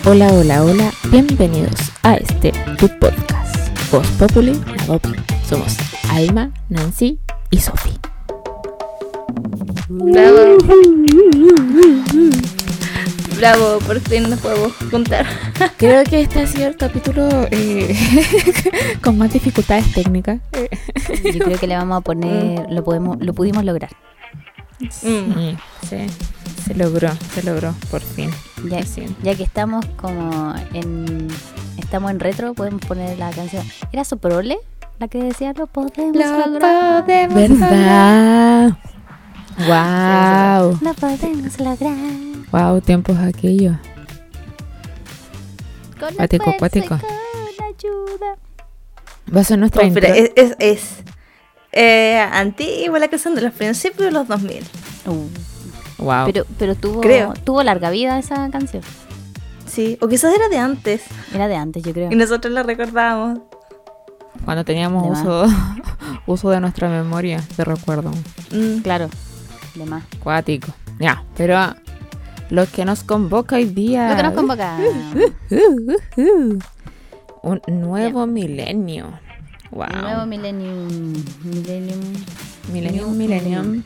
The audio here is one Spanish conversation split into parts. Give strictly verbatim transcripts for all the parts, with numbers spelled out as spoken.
Hola, hola, hola, bienvenidos a este tu podcast, Voz Populi, la Dopi. Somos Alma, Nancy y Sofi. Bravo. Bravo, por fin nos podemos juntar. Creo que este ha sido el capítulo eh, con más dificultades técnicas. Yo creo que le vamos a poner, lo podemos, lo pudimos lograr. Sí, sí, se logró, se logró, por fin. Ya, ya que estamos como en, estamos en retro, podemos poner la canción. ¿Era Soprole la que decía lo podemos Lo lograr? podemos ¿verdad? Wow. Lo podemos lograr. Wow, tiempos aquellos. Con la Cuático, fuerza cuático. y con ayuda. Va a ser nuestra Oh, intro. pero es, es, es eh, antigua la canción de los principios de los dos mil. Uh, Wow. pero pero tuvo, Creo. tuvo larga vida esa canción. Sí, o quizás era de antes Era de antes, yo creo. y nosotros la recordábamos. Cuando teníamos De uso, uso de nuestra memoria, te recuerdo. Mm. Claro, de más. Cuático. Ya, pero lo que nos convoca hoy día. Lo que nos convoca. Uh, uh, uh. Un nuevo milenio. Wow. El nuevo millennium. Millennium. Millennium, millennium.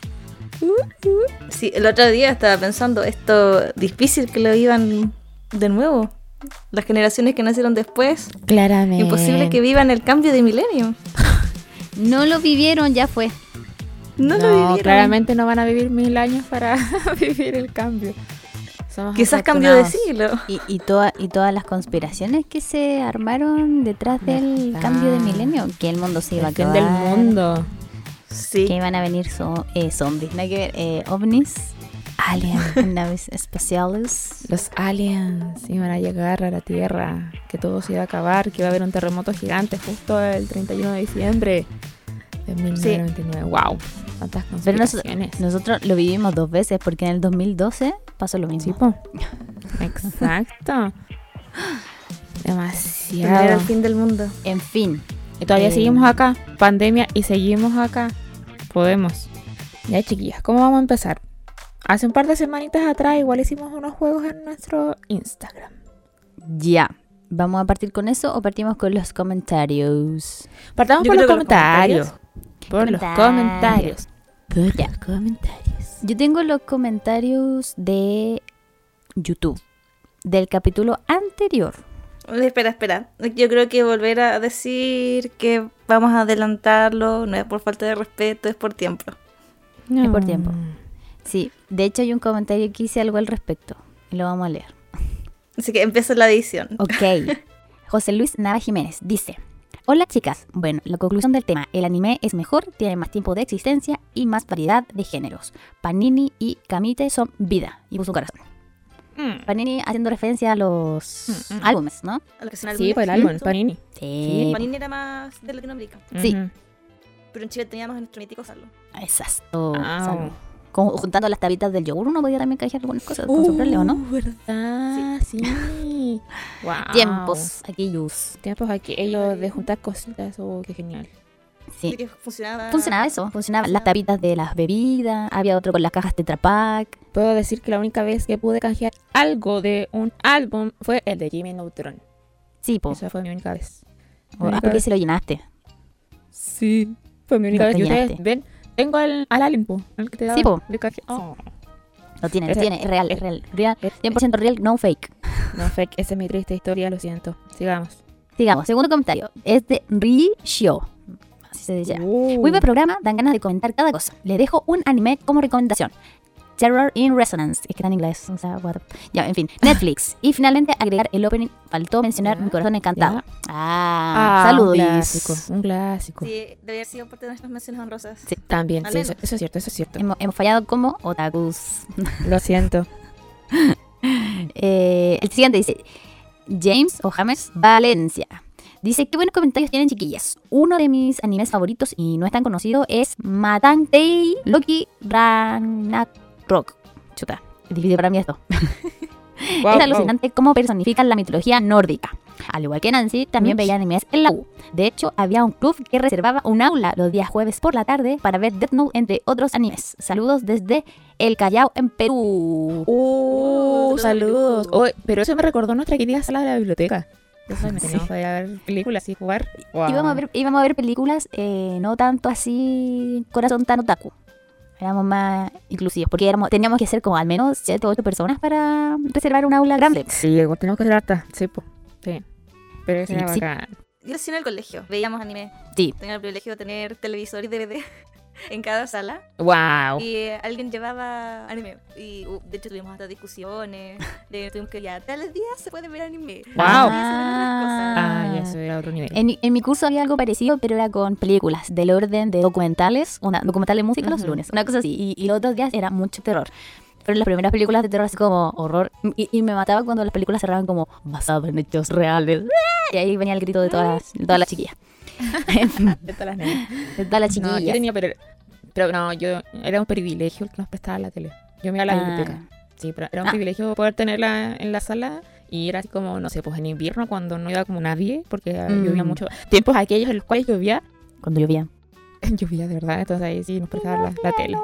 Sí, el otro día estaba pensando esto difícil que lo iban de nuevo. Las generaciones que nacieron después, Claramente. imposible que vivan el cambio de milenio. No lo vivieron, ya fue. No, No, lo vivieron. claramente no van a vivir mil años para vivir el cambio. Somos Quizás cambio de afortunados. siglo. Y, y, toda, y todas las conspiraciones que se armaron detrás del ¿Verdad? cambio de milenio, que el mundo se iba a El fin acabar, del mundo. Sí. que iban a venir so, eh, zombies, no hay que ver, eh, ovnis, aliens, naves espaciales. Los aliens iban a llegar a la Tierra, que todo se iba a acabar, que iba a haber un terremoto gigante justo el treinta y uno de diciembre de mil novecientos noventa y nueve. Wow, cuántas Pero nosotros, conspiraciones. nosotros lo vivimos dos veces, porque en el dos mil doce pasó lo mismo. Sí, po. Exacto. Era Demasiado. el fin del mundo. En fin, Y todavía Eh, seguimos acá, pandemia, y seguimos acá. Podemos. Ya, chiquillas, ¿cómo vamos a empezar? Hace un par de semanitas atrás igual hicimos unos juegos en nuestro Instagram. ya. ¿Vamos a partir con eso o partimos con los comentarios? Partamos Yo por los creo que los comentarios. Por los Comentarios. comentarios. Por Ya. los comentarios. Yo tengo los comentarios de YouTube, del capítulo anterior. Espera, espera. Yo creo que volver a decir que vamos a adelantarlo no es por falta de respeto, es por tiempo. Es por tiempo. Sí, de hecho hay un comentario que hice algo al respecto y lo vamos a leer. Así que empieza la edición. Ok. José Luis Nava Jiménez dice: hola chicas, bueno, la conclusión del tema, el anime es mejor, tiene más tiempo de existencia y más variedad de géneros. Panini y Kamite son vida. Y puso un corazón. Mm. Panini haciendo referencia a los Mm, mm. álbumes, ¿no? A lo que son Sí, álbumes. por el álbum, Panini. Sí. Panini era más de Latinoamérica. Sí. Ujú. Pero en Chile teníamos nuestro mítico Salvo. Exacto. Au. Salud. Con- juntando las tablitas del yogur uno podía también canjear algunas cosas con su ¿o no? ¿Verdad? Sí. Wow. Tiempos aquellos. Tiempos aquí, ellos de juntar cositas. Oh, qué genial. Sí. Así que funcionaba. Funcionaba eso, funcionaban las tapitas de las bebidas, había otro con las cajas Tetra Pak. Puedo decir que la única vez que pude canjear algo de un álbum fue el de Jimmy Neutron. Sí, po. Esa fue mi única vez. Mi Ah, única porque vez. se lo llenaste. Sí. Fue mi única Lo vez. Y ustedes peñaste. ven, tengo al, al alien, po, el que te daba Sí, po. de canje. Oh. Lo tiene, lo Ese- tiene, es real, es es- real. real. es- cien por ciento real, no fake. No, fake, esa es mi triste historia, lo siento. Sigamos. Sigamos, segundo comentario. Es de Rishio. Así se dice. Uh. Muy buen programa, dan ganas de comentar cada cosa. Le dejo un anime como recomendación. Terror in Resonance. Es que está en inglés. O sea, what- ya, en fin. Netflix. Y finalmente agregar el opening. Faltó mencionar Ya, Mi Corazón Encantado. ya. Ah, Ah, saludos. un clásico, un clásico. Sí, debe haber sido parte de nuestras menciones honrosas. Sí. También, Al sí, menos. eso, eso es cierto, eso es cierto. Hemos, hemos fallado como otakus. Lo siento. Eh, el siguiente dice James o James Valencia. Dice: qué buenos comentarios tienen, chiquillas. Uno de mis animes favoritos y no es tan conocido es Matantei Loki Ragnarok. Chuta, es difícil para mí esto. Wow, Es wow. alucinante cómo personifican la mitología nórdica. Al igual que Nancy, también veía animes en la U. De hecho, había un club que reservaba un aula los días jueves por la tarde para ver Death Note, entre otros animes. Saludos desde El Callao, en Perú. Uh, saludos. Oh, pero eso me recordó nuestra querida sala de la biblioteca. Eso me teníamos que ver películas y jugar. Wow. Íbamos a ver, íbamos a ver películas, eh, no tanto así corazón tan otaku. Éramos más inclusivos, porque éramos, teníamos que ser como al menos siete o ocho personas para reservar un aula grande. Sí, tenemos que hacer harta. Sí, po. Sí. Pero eso Sí, era sí. bacán. Yo recién en el colegio veíamos anime. Sí. Tenía el privilegio de tener televisor y D V D en cada sala. Wow. Y eh, alguien llevaba anime. Y uh, de hecho tuvimos hasta discusiones. De tuvimos que ya tales días se puede ver anime. Wow. Ah. Ah, ya eso era otro nivel. En, en mi curso había algo parecido, pero era con películas del orden de documentales, una documental de música los Ujú. lunes, una cosa así. Y, y los otros días era mucho terror. Pero las primeras películas de terror así como horror. Y, y me mataba cuando las películas cerraban como basado en hechos reales. Y ahí venía el grito de todas las, de todas las chiquillas. De todas las nenas. De todas las No, chiquillas. yo tenía, pero, pero no, yo era un privilegio el que nos prestaba la tele. Yo me iba a la Ah. biblioteca. Sí, pero era un Ah. privilegio poder tenerla en la sala y era así como, no sé, pues en invierno cuando no iba como nadie, porque Mm. llovía mucho. Tiempos aquellos en los cuales llovía, Cuando llovía. llovía de verdad, entonces ahí sí nos prestaban la, la tele.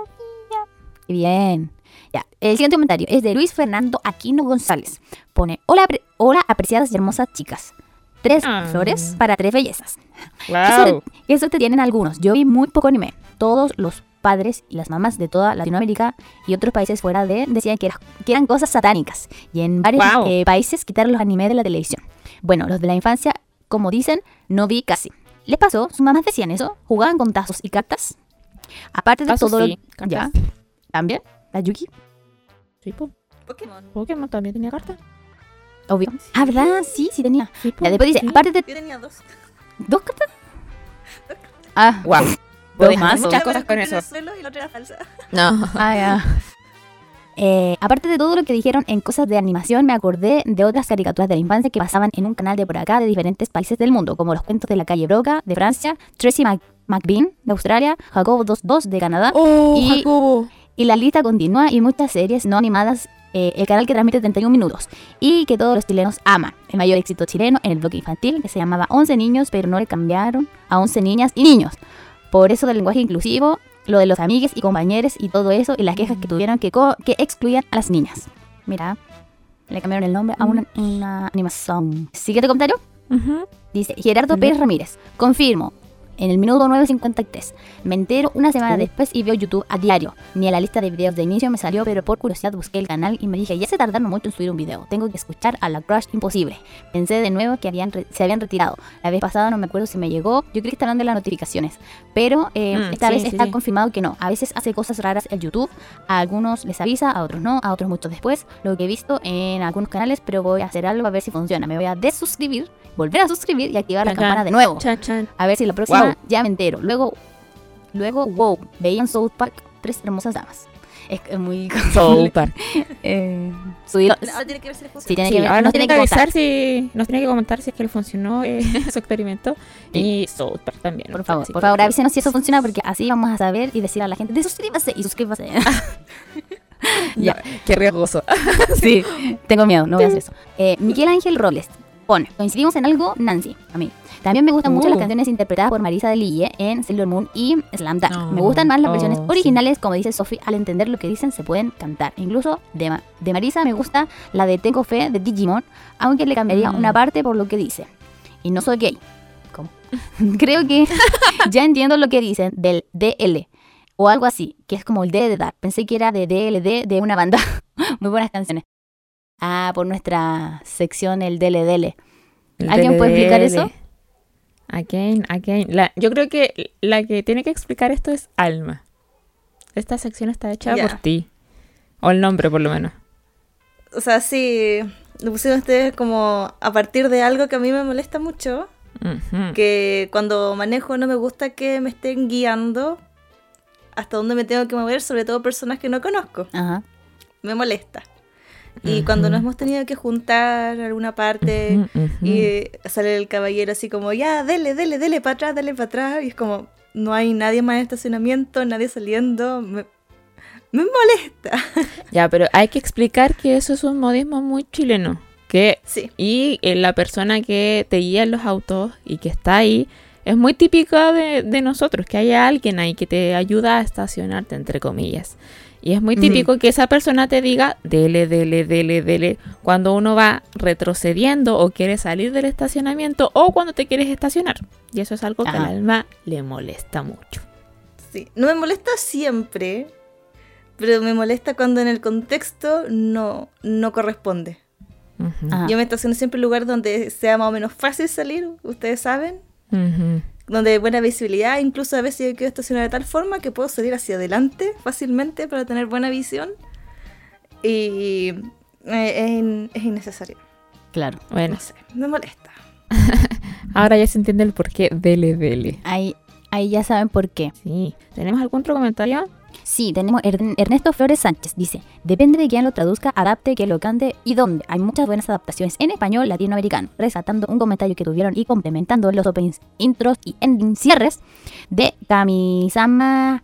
Bien. Ya, el siguiente comentario es de Luis Fernando Aquino González. Pone, hola, pre- hola apreciadas y hermosas chicas. Tres Ah. flores para tres bellezas. ¡Wow! Eso te tienen algunos. Yo vi muy poco anime. Todos los padres y las mamás de toda Latinoamérica y otros países fuera de decían que, era- que eran cosas satánicas. Y en varios Wow. eh, países quitaron los animes de la televisión. Bueno, los de la infancia, como dicen, no vi casi. ¿Les pasó? ¿Sus mamás decían eso? ¿Jugaban con tazos y cartas? Aparte de Tazos todo sí, lo... cartas. ¿Ya? ¿También? ¿La Yuki? Sí, po. Pokémon. Pokémon también tenía cartas. Obvio. Ah, ¿verdad? Sí, sí tenía. Sí, po. Ya, después dice, Sí. aparte de... Yo tenía dos. ¿Dos cartas? Ah, Wow. Dos Puedes hacer mazos. muchas Una cosas con en el eso. suelo y la otra era falsa. No. ah, ya. Eh, aparte de todo lo que dijeron en cosas de animación, me acordé de otras caricaturas de la infancia que pasaban en un canal de por acá de diferentes países del mundo, como los cuentos de la calle Broca de Francia, Tracy Mac- McBean de Australia, Jacobo dos dos de Canadá, ¡Oh, Y- Jacobo! y la lista continúa y muchas series no animadas, eh, el canal que transmite treinta y un minutos y que todos los chilenos aman. El mayor éxito chileno en el bloque infantil, que se llamaba once niños, pero no le cambiaron a once niñas y niños. Por eso del lenguaje inclusivo, lo de los amigues y compañeros y todo eso, y las quejas que tuvieron que, co- que excluían a las niñas. Mira, le cambiaron el nombre a una, una animación. Siguiente comentario. Ujú. Dice Gerardo Ujú. Pérez Ramírez. Confirmo. En el minuto nueve cincuenta y tres. Me entero una semana Uh. después y veo YouTube a diario. Ni a la lista de videos de inicio me salió, pero por curiosidad busqué el canal y me dije, ya se tardaron mucho en subir un video. Tengo que escuchar a la Crush Imposible. Pensé de nuevo que habían re- se habían retirado. La vez pasada no me acuerdo si me llegó. Yo creo que estaban de las notificaciones. Pero eh, Mm, esta sí, vez sí, está sí. confirmado que no. A veces hace cosas raras el YouTube. A algunos les avisa, a otros no, a otros mucho después. Lo que he visto en algunos canales, pero voy a hacer algo a ver si funciona. Me voy a desuscribir, volver a suscribir y activar la Chan, campana chan. de nuevo. Chan, chan. A ver si la próxima Wow. ya me entero. Luego, luego, wow, veían South Park, tres hermosas damas. Es que es muy... South Park. eh, subir- Ahora tiene que ver si le funciona. Sí, tiene Sí, que ver, ahora nos nos tiene tiene que que avisar si nos tiene que comentar si es que le funcionó eh, su experimento y South Park también. Por favor, Así por que- favor, avísenos si eso funciona porque así vamos a saber y decir a la gente de suscríbase y suscríbase. Ya, qué riesgoso. Sí, tengo miedo, no voy a hacer eso. Eh, Miguel Ángel Robles pone, coincidimos en algo, Nancy, a mí. También me gustan mucho Uh. las canciones interpretadas por Marisa de Lille en Sailor Moon y Slam Dunk. Oh, Me gustan más las versiones oh, originales, como dice Sophie, al entender lo que dicen se pueden cantar. Incluso de, Ma- de Marisa me gusta la de Tengo Fe de Digimon, aunque le cambiaría Mm. una parte por lo que dice. Y no soy gay. ¿Cómo? Creo que ya entiendo lo que dicen del D L o algo así, que es como el D de dar. Pensé que era de D L D de una banda. Muy buenas canciones. Ah, por nuestra sección el D L D L. El ¿Alguien puede explicar eso? Again, again. La, yo creo que la que tiene que explicar esto es Alma. Esta sección está hecha Ya. por ti. O el nombre, por lo menos. O sea, sí, lo pusieron ustedes como a partir de algo que a mí me molesta mucho. Ujú. Que cuando manejo no me gusta que me estén guiando hasta dónde me tengo que mover, sobre todo personas que no conozco. Ajá. Me molesta. Y Ujú. cuando nos hemos tenido que juntar a alguna parte Ujú, ujú. y eh, sale el caballero así como, ya, dele, dele, dele para atrás, dele para atrás. Y es como, no hay nadie más en estacionamiento, nadie saliendo. Me, me molesta. Ya, pero hay que explicar que eso es un modismo muy chileno. Que, Sí. y eh, la persona que te guía en los autos y que está ahí es muy típica de, de nosotros, que haya alguien ahí que te ayuda a estacionarte, entre comillas. Y es muy típico uh-huh. que esa persona te diga, dele, dele, dele, dele, cuando uno va retrocediendo o quiere salir del estacionamiento o cuando te quieres estacionar. Y eso es algo que Ajá. al alma le molesta mucho. Sí. No me molesta siempre, pero me molesta cuando en el contexto no, no corresponde. Uh-huh. Ajá. Yo me estaciono siempre en lugar donde sea más o menos fácil salir, ustedes saben. Uh-huh. Donde hay buena visibilidad, incluso a veces yo quiero estacionar de tal forma que puedo salir hacia adelante fácilmente para tener buena visión. Y eh, es, in- es innecesario. Claro. Bueno, No sé, me molesta. ahora ya se entiende el porqué dele, dele. Ahí, ahí ya saben por qué. Sí. ¿Tenemos algún otro comentario? Sí, tenemos Ern- Ernesto Flores Sánchez. Dice, depende de quién lo traduzca, adapte, quién lo cante y dónde. Hay muchas buenas adaptaciones en español latinoamericano. Resaltando un comentario que tuvieron y complementando los openings, intros y ending cierres de Kamisama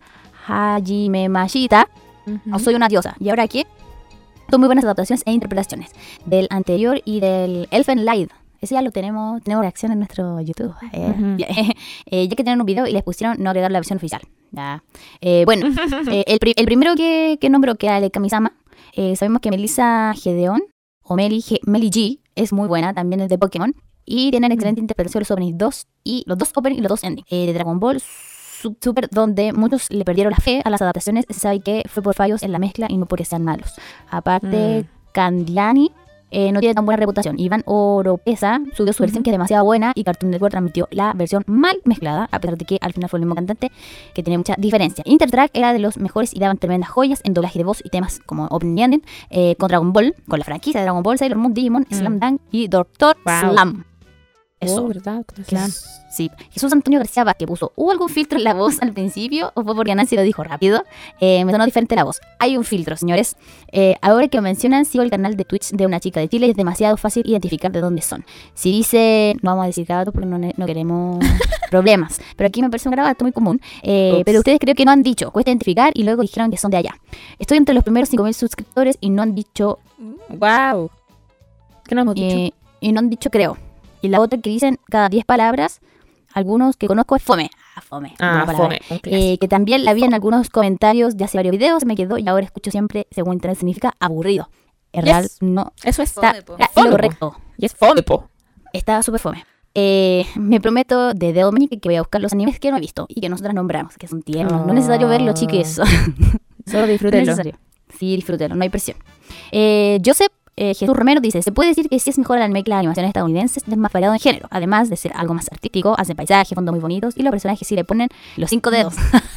Hajime Mashita. Uh-huh. O Soy una diosa. ¿Y ahora qué? Son muy buenas adaptaciones e interpretaciones del anterior y del Elfen Lied. Ese ya lo tenemos, tenemos reacción en nuestro YouTube. Eh, Ujú. ya, eh, ya que tienen un video y les pusieron no agregar la versión oficial. Ya. Eh, bueno, eh, el, pri- el primero que, que nombró, que era el de Kamisama, eh, sabemos que Melissa Gedeon, o Meli, Ge- Meli G, es muy buena, también es de Pokémon. Y tienen excelente interpretación los openings dos y los dos openings y los dos endings. Eh, de Dragon Ball Su- Super, donde muchos le perdieron la fe a las adaptaciones, se sabe que fue por fallos en la mezcla y no porque sean malos. Aparte, Mm. Candiani eh, no tiene tan buena reputación. Iván Oropesa subió su versión, Ujú. que es demasiado buena, y Cartoon Network transmitió la versión mal mezclada, a pesar de que al final fue el mismo cantante, que tenía mucha diferencia. Intertrack era de los mejores y daban tremendas joyas en doblaje de voz y temas como Opening y Ending, eh, con Dragon Ball, con la franquicia de Dragon Ball, Sailor Moon, Digimon, Mm. Slam Dunk y Doctor Wow. Slam. Eso. Oh, ¿verdad? Jes- Sí. Jesús Antonio García Vázquez puso, ¿hubo algún filtro en la voz al principio o fue porque Nancy lo dijo rápido? Eh, me sonó diferente la voz. Hay un filtro, señores. Eh, ahora que lo mencionan, sigo el canal de Twitch de una chica de Chile y es demasiado fácil identificar de dónde son. Si dice, no vamos a decir grabato porque no, ne- no queremos problemas, pero aquí me parece un grabato muy común. Eh, Ups. pero ustedes creo que no han dicho, cuesta identificar y luego dijeron que son de allá. Estoy entre los primeros cinco mil suscriptores y no han dicho, Wow. ¿Qué nos hemos dicho? eh, y no han dicho creo. Y la otra que dicen cada diez palabras, algunos que conozco es fome. Ah, fome. ah, buena palabra. fome. Un Eh, clásico. que también la vi en algunos comentarios de hace varios videos, me quedó y ahora escucho siempre, según internet significa aburrido. Es Yes. real, no Eso está, Fome, po. está Fome, lo po. correcto. Y es fome, po. Está súper fome. Eh, me prometo de The Dominic que voy a buscar los animes que no he visto y que nosotras nombramos, que son tiernos. No es necesario verlos, chiques. Solo No es disfrútenlo. necesario. Sí, disfrútenlo, no hay presión. Eh, Joseph eh, Jesús Romero dice, se puede decir que sí es mejor el anime que las animaciones estadounidenses, es más variado en género, además de ser algo más artístico, hacen paisajes, fondos muy bonitos y los personajes sí le ponen los cinco dedos.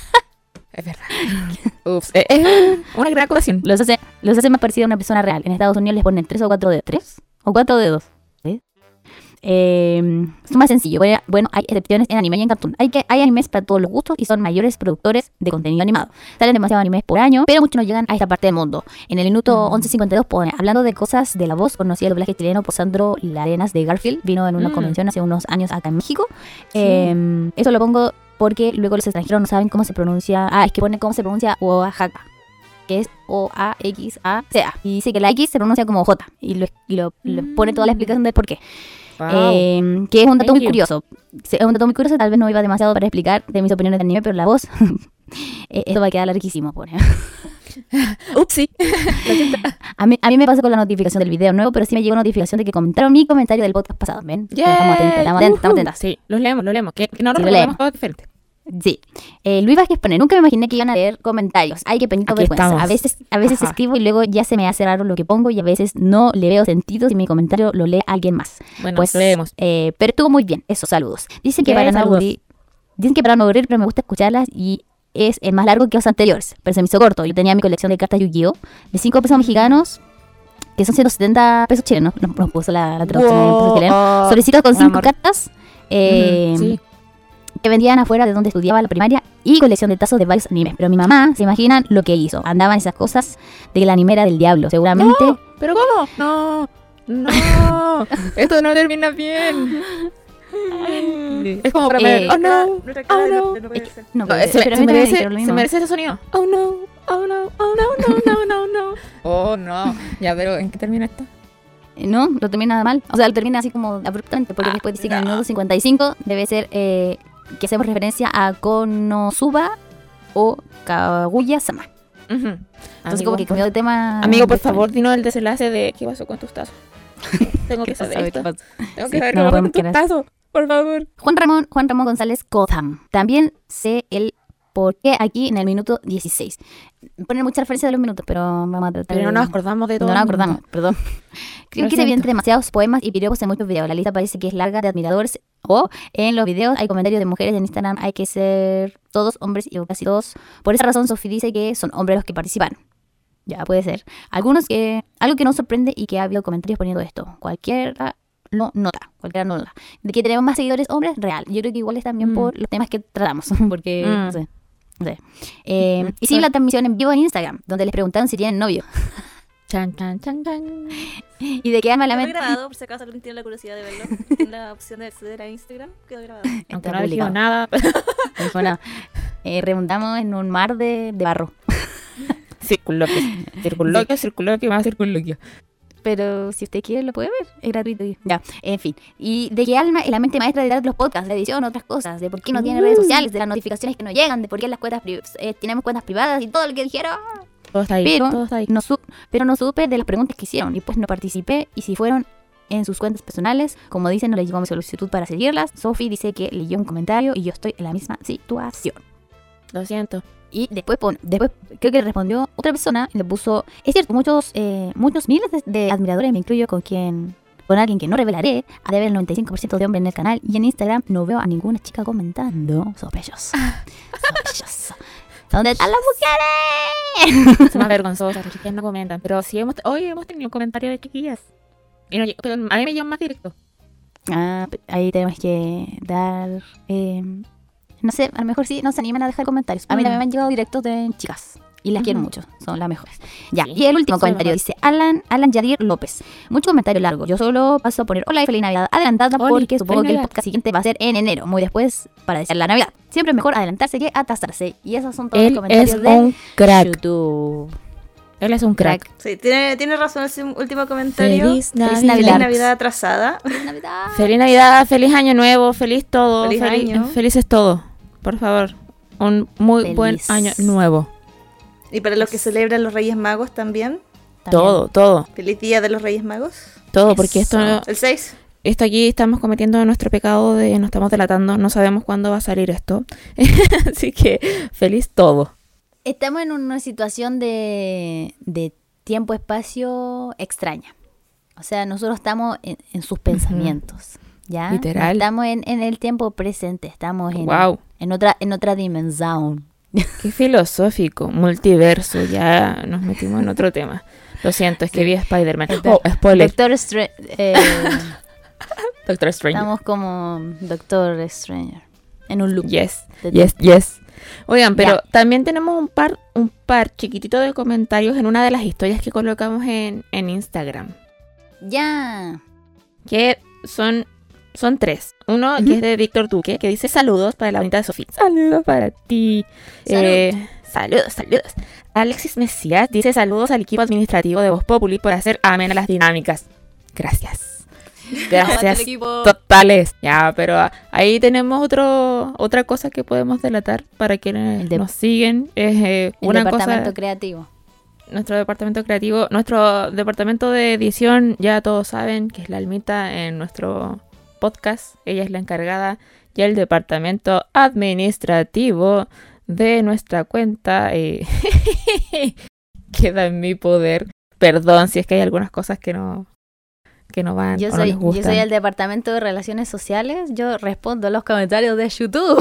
Es verdad. Ups. Eh, Es una gran acusación. los hace, los hace más parecidos a una persona real. En Estados Unidos les ponen tres o cuatro dedos. ¿Tres? ¿O cuatro dedos? ¿Sí? Eh, es más sencillo. Bueno, bueno, hay excepciones en anime y en cartoon. Hay, que, hay animes para todos los gustos y son mayores productores de contenido animado. Salen demasiados animes por año, pero muchos no llegan a esta parte del mundo. En el minuto Mm. once cincuenta y dos pone, hablando de cosas de la voz, conocí el doblaje chileno por Sandro Larenas de Garfield. Vino en una Mm. convención hace unos años acá en México. Eh, eso lo pongo porque luego los extranjeros no saben cómo se pronuncia. Ah, es que pone cómo se pronuncia Oaxaca, que es O A X A C A. Y dice que la X se pronuncia como J. Y lo, y lo, lo pone toda la explicación del por qué. Wow. Eh, que es un dato Thank muy you. curioso. Es un dato muy curioso, tal vez no iba demasiado para explicar de mis opiniones de anime, pero la voz, eh, esto va a quedar larguísimo. Pone. Upsi. A mí, a mí me pasó con la notificación del video nuevo, pero sí me llegó notificación de que comentaron mi comentario del podcast pasado. ¿Ven? Estamos atentos, estamos atentos, estamos atentos. Sí, los leemos, los leemos. Que, que no Sí, nos lo recordamos leemos. todo diferente. Sí. Eh, Luis Vázquez pone, nunca me imaginé que iban a leer comentarios. Ay, qué penito Aquí vergüenza. estamos. A veces, a veces Ajá. escribo y luego ya se me hace raro lo que pongo y a veces no le veo sentido si mi comentario lo lee alguien más. Bueno, Pues, lo leemos. eh, pero estuvo muy bien. Eso, saludos. Dicen que Yay, para no saludos. aburrir, dicen que para no aburrir, pero me gusta escucharlas y es el más largo que los anteriores. Pero se me hizo corto. Yo tenía mi colección de cartas Yu-Gi-Oh! De cinco pesos mexicanos, que son ciento setenta pesos chilenos. Nos, nos puso la, la traducción en pesos chilenos. Sobrecitos con un cinco amor. cartas. Eh, Ujú, sí. que vendían afuera de donde estudiaba la primaria y colección de tazos de varios animes. Pero mi mamá, ¿se imaginan lo que hizo? Andaban esas cosas de que la anime era del diablo. Seguramente... ¿Pero cómo? No, no. Esto no termina bien. Es como para Eh, ver. Oh no. Nuestra Oh, cara no. no, no puede Es que- ser. no, No, pero- se, pero a se mí también me merece, dijeron lo se mismo. merece ese sonido. Oh no, oh no, oh no, oh no, no, no, no, no. Oh no. Ya, pero ¿en qué termina esto? No, lo termina mal. O sea, lo termina así como abruptamente, porque Ah, después dice que en el no. minuto cincuenta y cinco debe ser eh, que hacemos referencia a Konosuba o Kaguya-sama. Ujú. Entonces Amigo, como que cambió de tema. Amigo, por de- favor, dinos el desenlace de qué pasó con tus tazos. Tengo que ¿Qué saber sabe esto. qué pasó? Tengo que Sí, saber no qué lo pasó con podemos tus quedar. tazos. Por favor. Juan Ramón, Juan Ramón González Gotham. También sé el por qué aquí en el minuto dieciséis. Ponen mucha referencia de los minutos, pero vamos a tratar Pero no de- nos acordamos de todo. No nos el mundo. acordamos, perdón. Creo Lo que se evidente siento. demasiados poemas y piropos en muchos videos. La lista parece que es larga de admiradores. O en los videos hay comentarios de mujeres en Instagram. Hay que ser todos hombres y casi todos. Por esa razón, Sophie dice que son hombres los que participan. Ya, puede ser. Algunos que... Algo que nos sorprende y que ha habido comentarios poniendo esto. Cualquiera lo nota. Cualquiera no nota. De que tenemos más seguidores hombres, real. Yo creo que igual es también Mm. por los temas que tratamos. Porque, Mm. no sé. No sé. Eh, Mm. hicimos la transmisión en vivo en Instagram, donde les preguntaron si tienen novio. Chan, chan, chan, chan. Y de qué alma la Quedó mente. grabado, por si acaso alguien tiene la curiosidad de verlo. Tiene la opción de acceder a Instagram. Quedó grabado. Aunque Está no dijimos publicado. nada. No dijo nada. Eh, remontamos en un mar de, de barro. Circunloquio. Circunloquio, circunloquio, más circunloquio. Pero si usted quiere lo puede ver, es gratuito. Ya, en fin. Y de qué alma es la mente maestra detrás de los podcasts, la edición, otras cosas. De por qué no tiene redes sociales, de las notificaciones que nos llegan, de por qué las cuentas pri- eh, tenemos cuentas privadas y todo lo que dijeron. Todo está ahí. Pero todo está ahí. no, su- pero no supe de las preguntas que hicieron y pues no participé. Y si fueron en sus cuentas personales, como dicen, no les llegó mi solicitud para seguirlas. Sophie dice que leyó un comentario y yo estoy en la misma situación. Lo siento. Y después, pon- después creo que respondió otra persona y le puso, es cierto, muchos, eh, muchos miles de, de admiradores, me incluyo con quien, con alguien que no revelaré, ha de haber el noventa y cinco por ciento de hombres en el canal y en Instagram no veo a ninguna chica comentando. Sospechoso. Sospechoso. ¿Dónde están las mujeres? Son más vergonzosas, las chiquillas no comentan. Pero sí, hemos, hoy hemos tenido un comentario de chiquillas. Y no, pero a mí me llevan más directo. Ah, ahí tenemos que dar... eh, no sé, a lo mejor sí, no se animan a dejar comentarios. A mí Mm. también me han llegado directos de chicas. Y las quiero Ujú. mucho, son las mejores. Ya, Sí, y el último son comentario las dice Alan, Alan Yadir López. Mucho comentario largo. Yo solo paso a poner hola y feliz Navidad adelantada Oli, porque supongo feliz que el Navidad. podcast siguiente va a ser en enero, muy después para desear la Navidad. Siempre es mejor adelantarse que atrasarse. Y esos son todos Él los comentarios es de un crack. YouTube. Él es un crack. Sí, tiene, tiene razón ese último comentario. Feliz Navidad. Navidad. Feliz Navidad atrasada. ¡Feliz Navidad! Feliz Navidad, feliz año nuevo, feliz todo. Feliz feliz, año. Feliz es todo. Por favor. Un muy Feliz. buen año nuevo. Y para los que celebran los Reyes Magos también. También. Todo, todo. Feliz Día de los Reyes Magos. Todo, porque esto, Eso. El seis. esto aquí estamos cometiendo nuestro pecado de nos estamos delatando. No sabemos cuándo va a salir esto. Así que feliz todo. Estamos en una situación de, de tiempo-espacio extraña. O sea, nosotros estamos en, en sus pensamientos, ¿ya? Literal. No estamos en, en el tiempo presente, estamos en, Wow. en, otra, en otra dimensión. Qué filosófico. Multiverso. Ya nos metimos en otro tema. Lo siento, es que vi a Spider-Man. Oh, spoiler. Doctor Strange. eh, Doctor Strange. estamos como Doctor Stranger. En un loop. Yes, de yes, yes. Oigan, pero Ya. también tenemos un par, un par chiquitito de comentarios en una de las historias que colocamos en, en Instagram. Ya. Que son, son tres. Uno Ujú. que es de Víctor Duque, que dice saludos para la bonita de Sofía. Saludos para ti. Eh, saludos, saludos. Alexis Mesías dice saludos al equipo administrativo de Voz Populi por hacer amena las dinámicas. Gracias. Gracias totales. Ya, pero ah, ahí tenemos otro otra cosa que podemos delatar para quienes El de- nos siguen. Es eh, El una departamento cosa, creativo. nuestro departamento creativo, nuestro departamento de edición, ya todos saben que es la Almita en nuestro podcast. Ella es la encargada. Y el departamento administrativo de nuestra cuenta eh, queda en mi poder. Perdón si es que hay algunas cosas que no que no van Yo o no soy, les yo gustan. soy el departamento de relaciones sociales. Yo respondo a los comentarios de YouTube.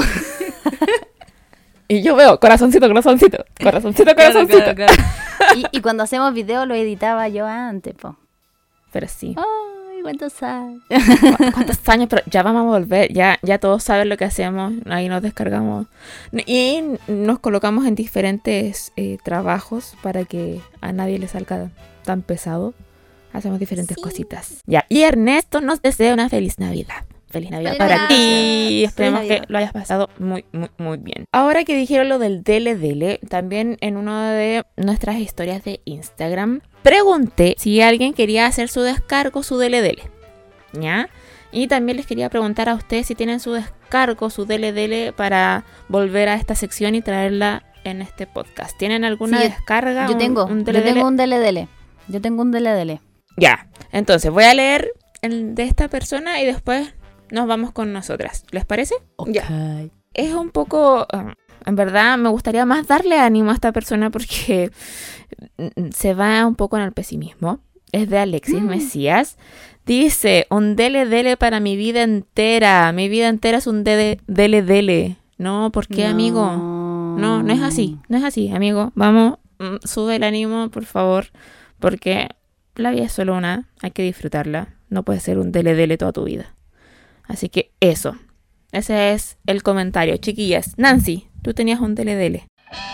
Y yo veo corazoncito, corazoncito, corazoncito, corazoncito. Y, y cuando hacemos videos lo editaba yo antes, po. Pero sí. Ay, cuántos años. ¿Cu- ¿Cuántos años? Pero ya vamos a volver. Ya, ya todos saben lo que hacemos. Ahí nos descargamos. Y nos colocamos en diferentes eh, trabajos para que a nadie le salga tan pesado. Hacemos diferentes Sí. cositas. Ya. Y Ernesto nos desea una feliz Navidad. feliz Navidad Feliz para Navidad. ti. Esperemos Feliz que Navidad. lo hayas pasado muy, muy, muy bien. Ahora que dijeron lo del Dele Dele, también en una de nuestras historias de Instagram, pregunté si alguien quería hacer su descargo, su Dele Dele. ¿Ya? Y también les quería preguntar a ustedes si tienen su descargo, su Dele Dele, para volver a esta sección y traerla en este podcast. ¿Tienen alguna Sí, yo- descarga? Yo un- tengo, un yo Dele Dele? tengo un dele dele. Yo tengo un dele dele. Ya, entonces voy a leer el de esta persona y después nos vamos con nosotras. ¿Les parece? Ya. Es un poco... ah, en verdad me gustaría más darle ánimo a esta persona porque mm, se va un poco en el pesimismo. Es de Alexis Mesías. Dice, un dele dele para mi vida entera. Mi vida entera es un dele dele dele. No, ¿por qué, amigo? No, no es así. No es así, amigo. Vamos, mm, sube el ánimo, por favor. Porque la vida es solo una. Hay que disfrutarla. No puede ser un dele dele toda tu vida. Así que eso. Ese es el comentario. Chiquillas, Nancy, tú tenías un dele dele.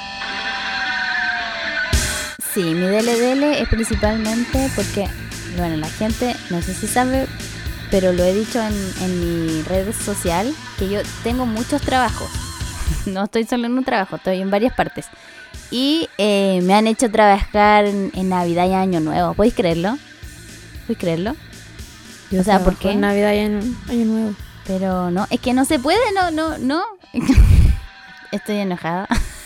Sí, mi dele dele es principalmente porque, bueno, la gente, no sé si sabe, pero lo he dicho en, en mi red social, que yo tengo muchos trabajos. No estoy solo en un trabajo, estoy en varias partes. Y eh, me han hecho trabajar en, en Navidad y Año Nuevo. ¿Podéis creerlo? ¿Podéis creerlo? O sea, ¿por Trabajo qué? en Navidad y en Año Nuevo. Pero no, es que no se puede, no, no, no. Estoy enojada.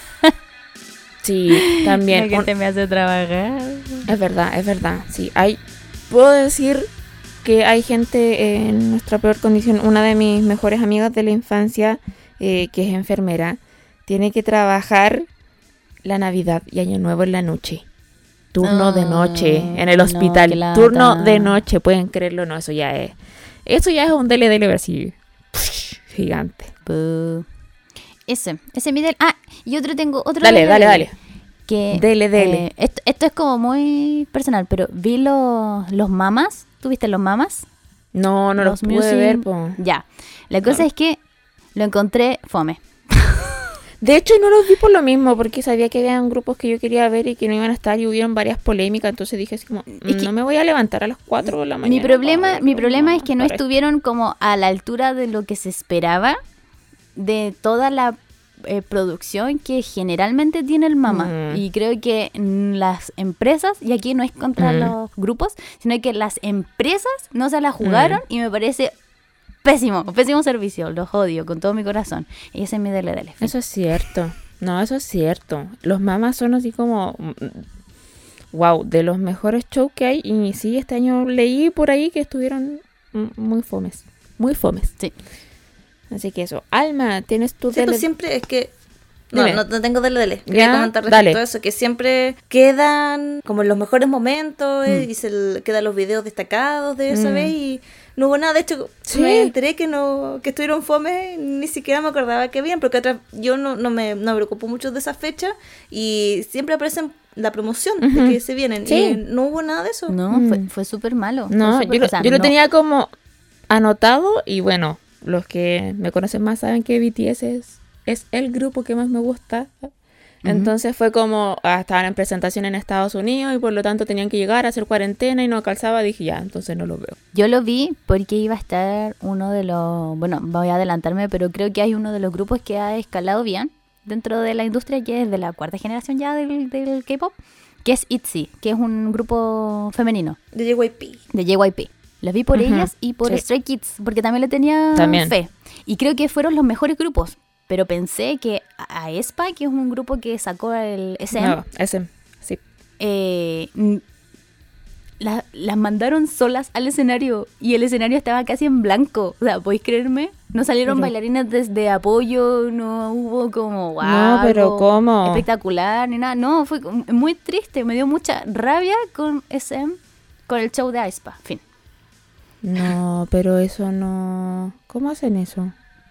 Sí, también. La gente Un- me hace trabajar. es verdad, es verdad. Sí, hay... Puedo decir que hay gente en nuestra peor condición. Una de mis mejores amigas de la infancia, eh, que es enfermera, tiene que trabajar la Navidad y Año Nuevo en la noche. Turno de noche en el no, hospital. qué lata. Turno de noche, pueden creerlo o no, eso ya es. Eso ya es un dele dele así gigante. Buh. Ese, ese mi del... Ah, y otro tengo, otro Dale, dele dale, dele. dale. Que, Dele, dele. eh, esto, esto es como muy personal, pero vi los, los mamas. ¿Tú viste los mamas? No, no los Los pude music- ver, po. Ya. La cosa No. es que lo encontré fome. De hecho, no los vi por lo mismo, porque sabía que habían grupos que yo quería ver y que no iban a estar y hubieron varias polémicas, entonces dije así como, Es que- no me voy a levantar a las cuatro de la mañana. Mi problema, para mi verlo, problema es que no para- estuvieron como a la altura de lo que se esperaba de toda la eh, producción que generalmente tiene el mama. Mm. Y creo que mm, las empresas, y aquí no es contra Mm. los grupos, sino que las empresas no se la jugaron y me parece pésimo, pésimo servicio. Los odio con todo mi corazón. Y ese es mi dele dele. Eso es cierto. No, eso es cierto. Los mamas son así como... Wow, de los mejores shows que hay. Y sí, este año leí por ahí que estuvieron mm, muy fomes. Muy fomes. Sí. Así que eso. Alma, ¿tienes tu Sí, dele- pues siempre es que... No, Dile. no, no tengo dele dele. Quería Ya, comentar respecto dale. a eso, que siempre quedan como en los mejores momentos eh, y se l- quedan los videos destacados de esa Mm. vez y no hubo nada. De hecho, Sí. me enteré que no que estuvieron fome, ni siquiera me acordaba que habían, porque otras, yo no, no me no me preocupo mucho de esa fecha y siempre aparecen la promoción Ujú. de que se vienen Sí. y no hubo nada de eso. No, Mm. fue, fue súper malo. fue No, súper- yo, lo- o sea, yo lo no. tenía como anotado y bueno, los que me conocen más saben que B T S es, es el grupo que más me gusta. Entonces fue como, ah, estaban en presentación en Estados Unidos y por lo tanto tenían que llegar a hacer cuarentena y no calzaba, dije ya, entonces no lo veo. Yo lo vi porque iba a estar uno de los... Bueno, voy a adelantarme, pero creo que hay uno de los grupos que ha escalado bien dentro de la industria, que es de la cuarta generación ya del, del K-pop, que es ITZY, que es un grupo femenino De J Y P. de J Y P. Los vi por Ujú, ellas y por sí. Stray Kids, porque también le tenía También. fe. Y creo que fueron los mejores grupos. Pero pensé que a aespa, que es un grupo que sacó el S M, No, ese, sí. eh, mm, la- las mandaron solas al escenario y el escenario estaba casi en blanco. O sea, ¿podéis creerme? No salieron Pero- bailarines desde apoyo, no hubo como wow, No, pero algo ¿cómo? espectacular ni nada. No, fue como muy triste, me dio mucha rabia con S M, con el show de aespa. Fin. No, pero eso no... ¿Cómo hacen eso?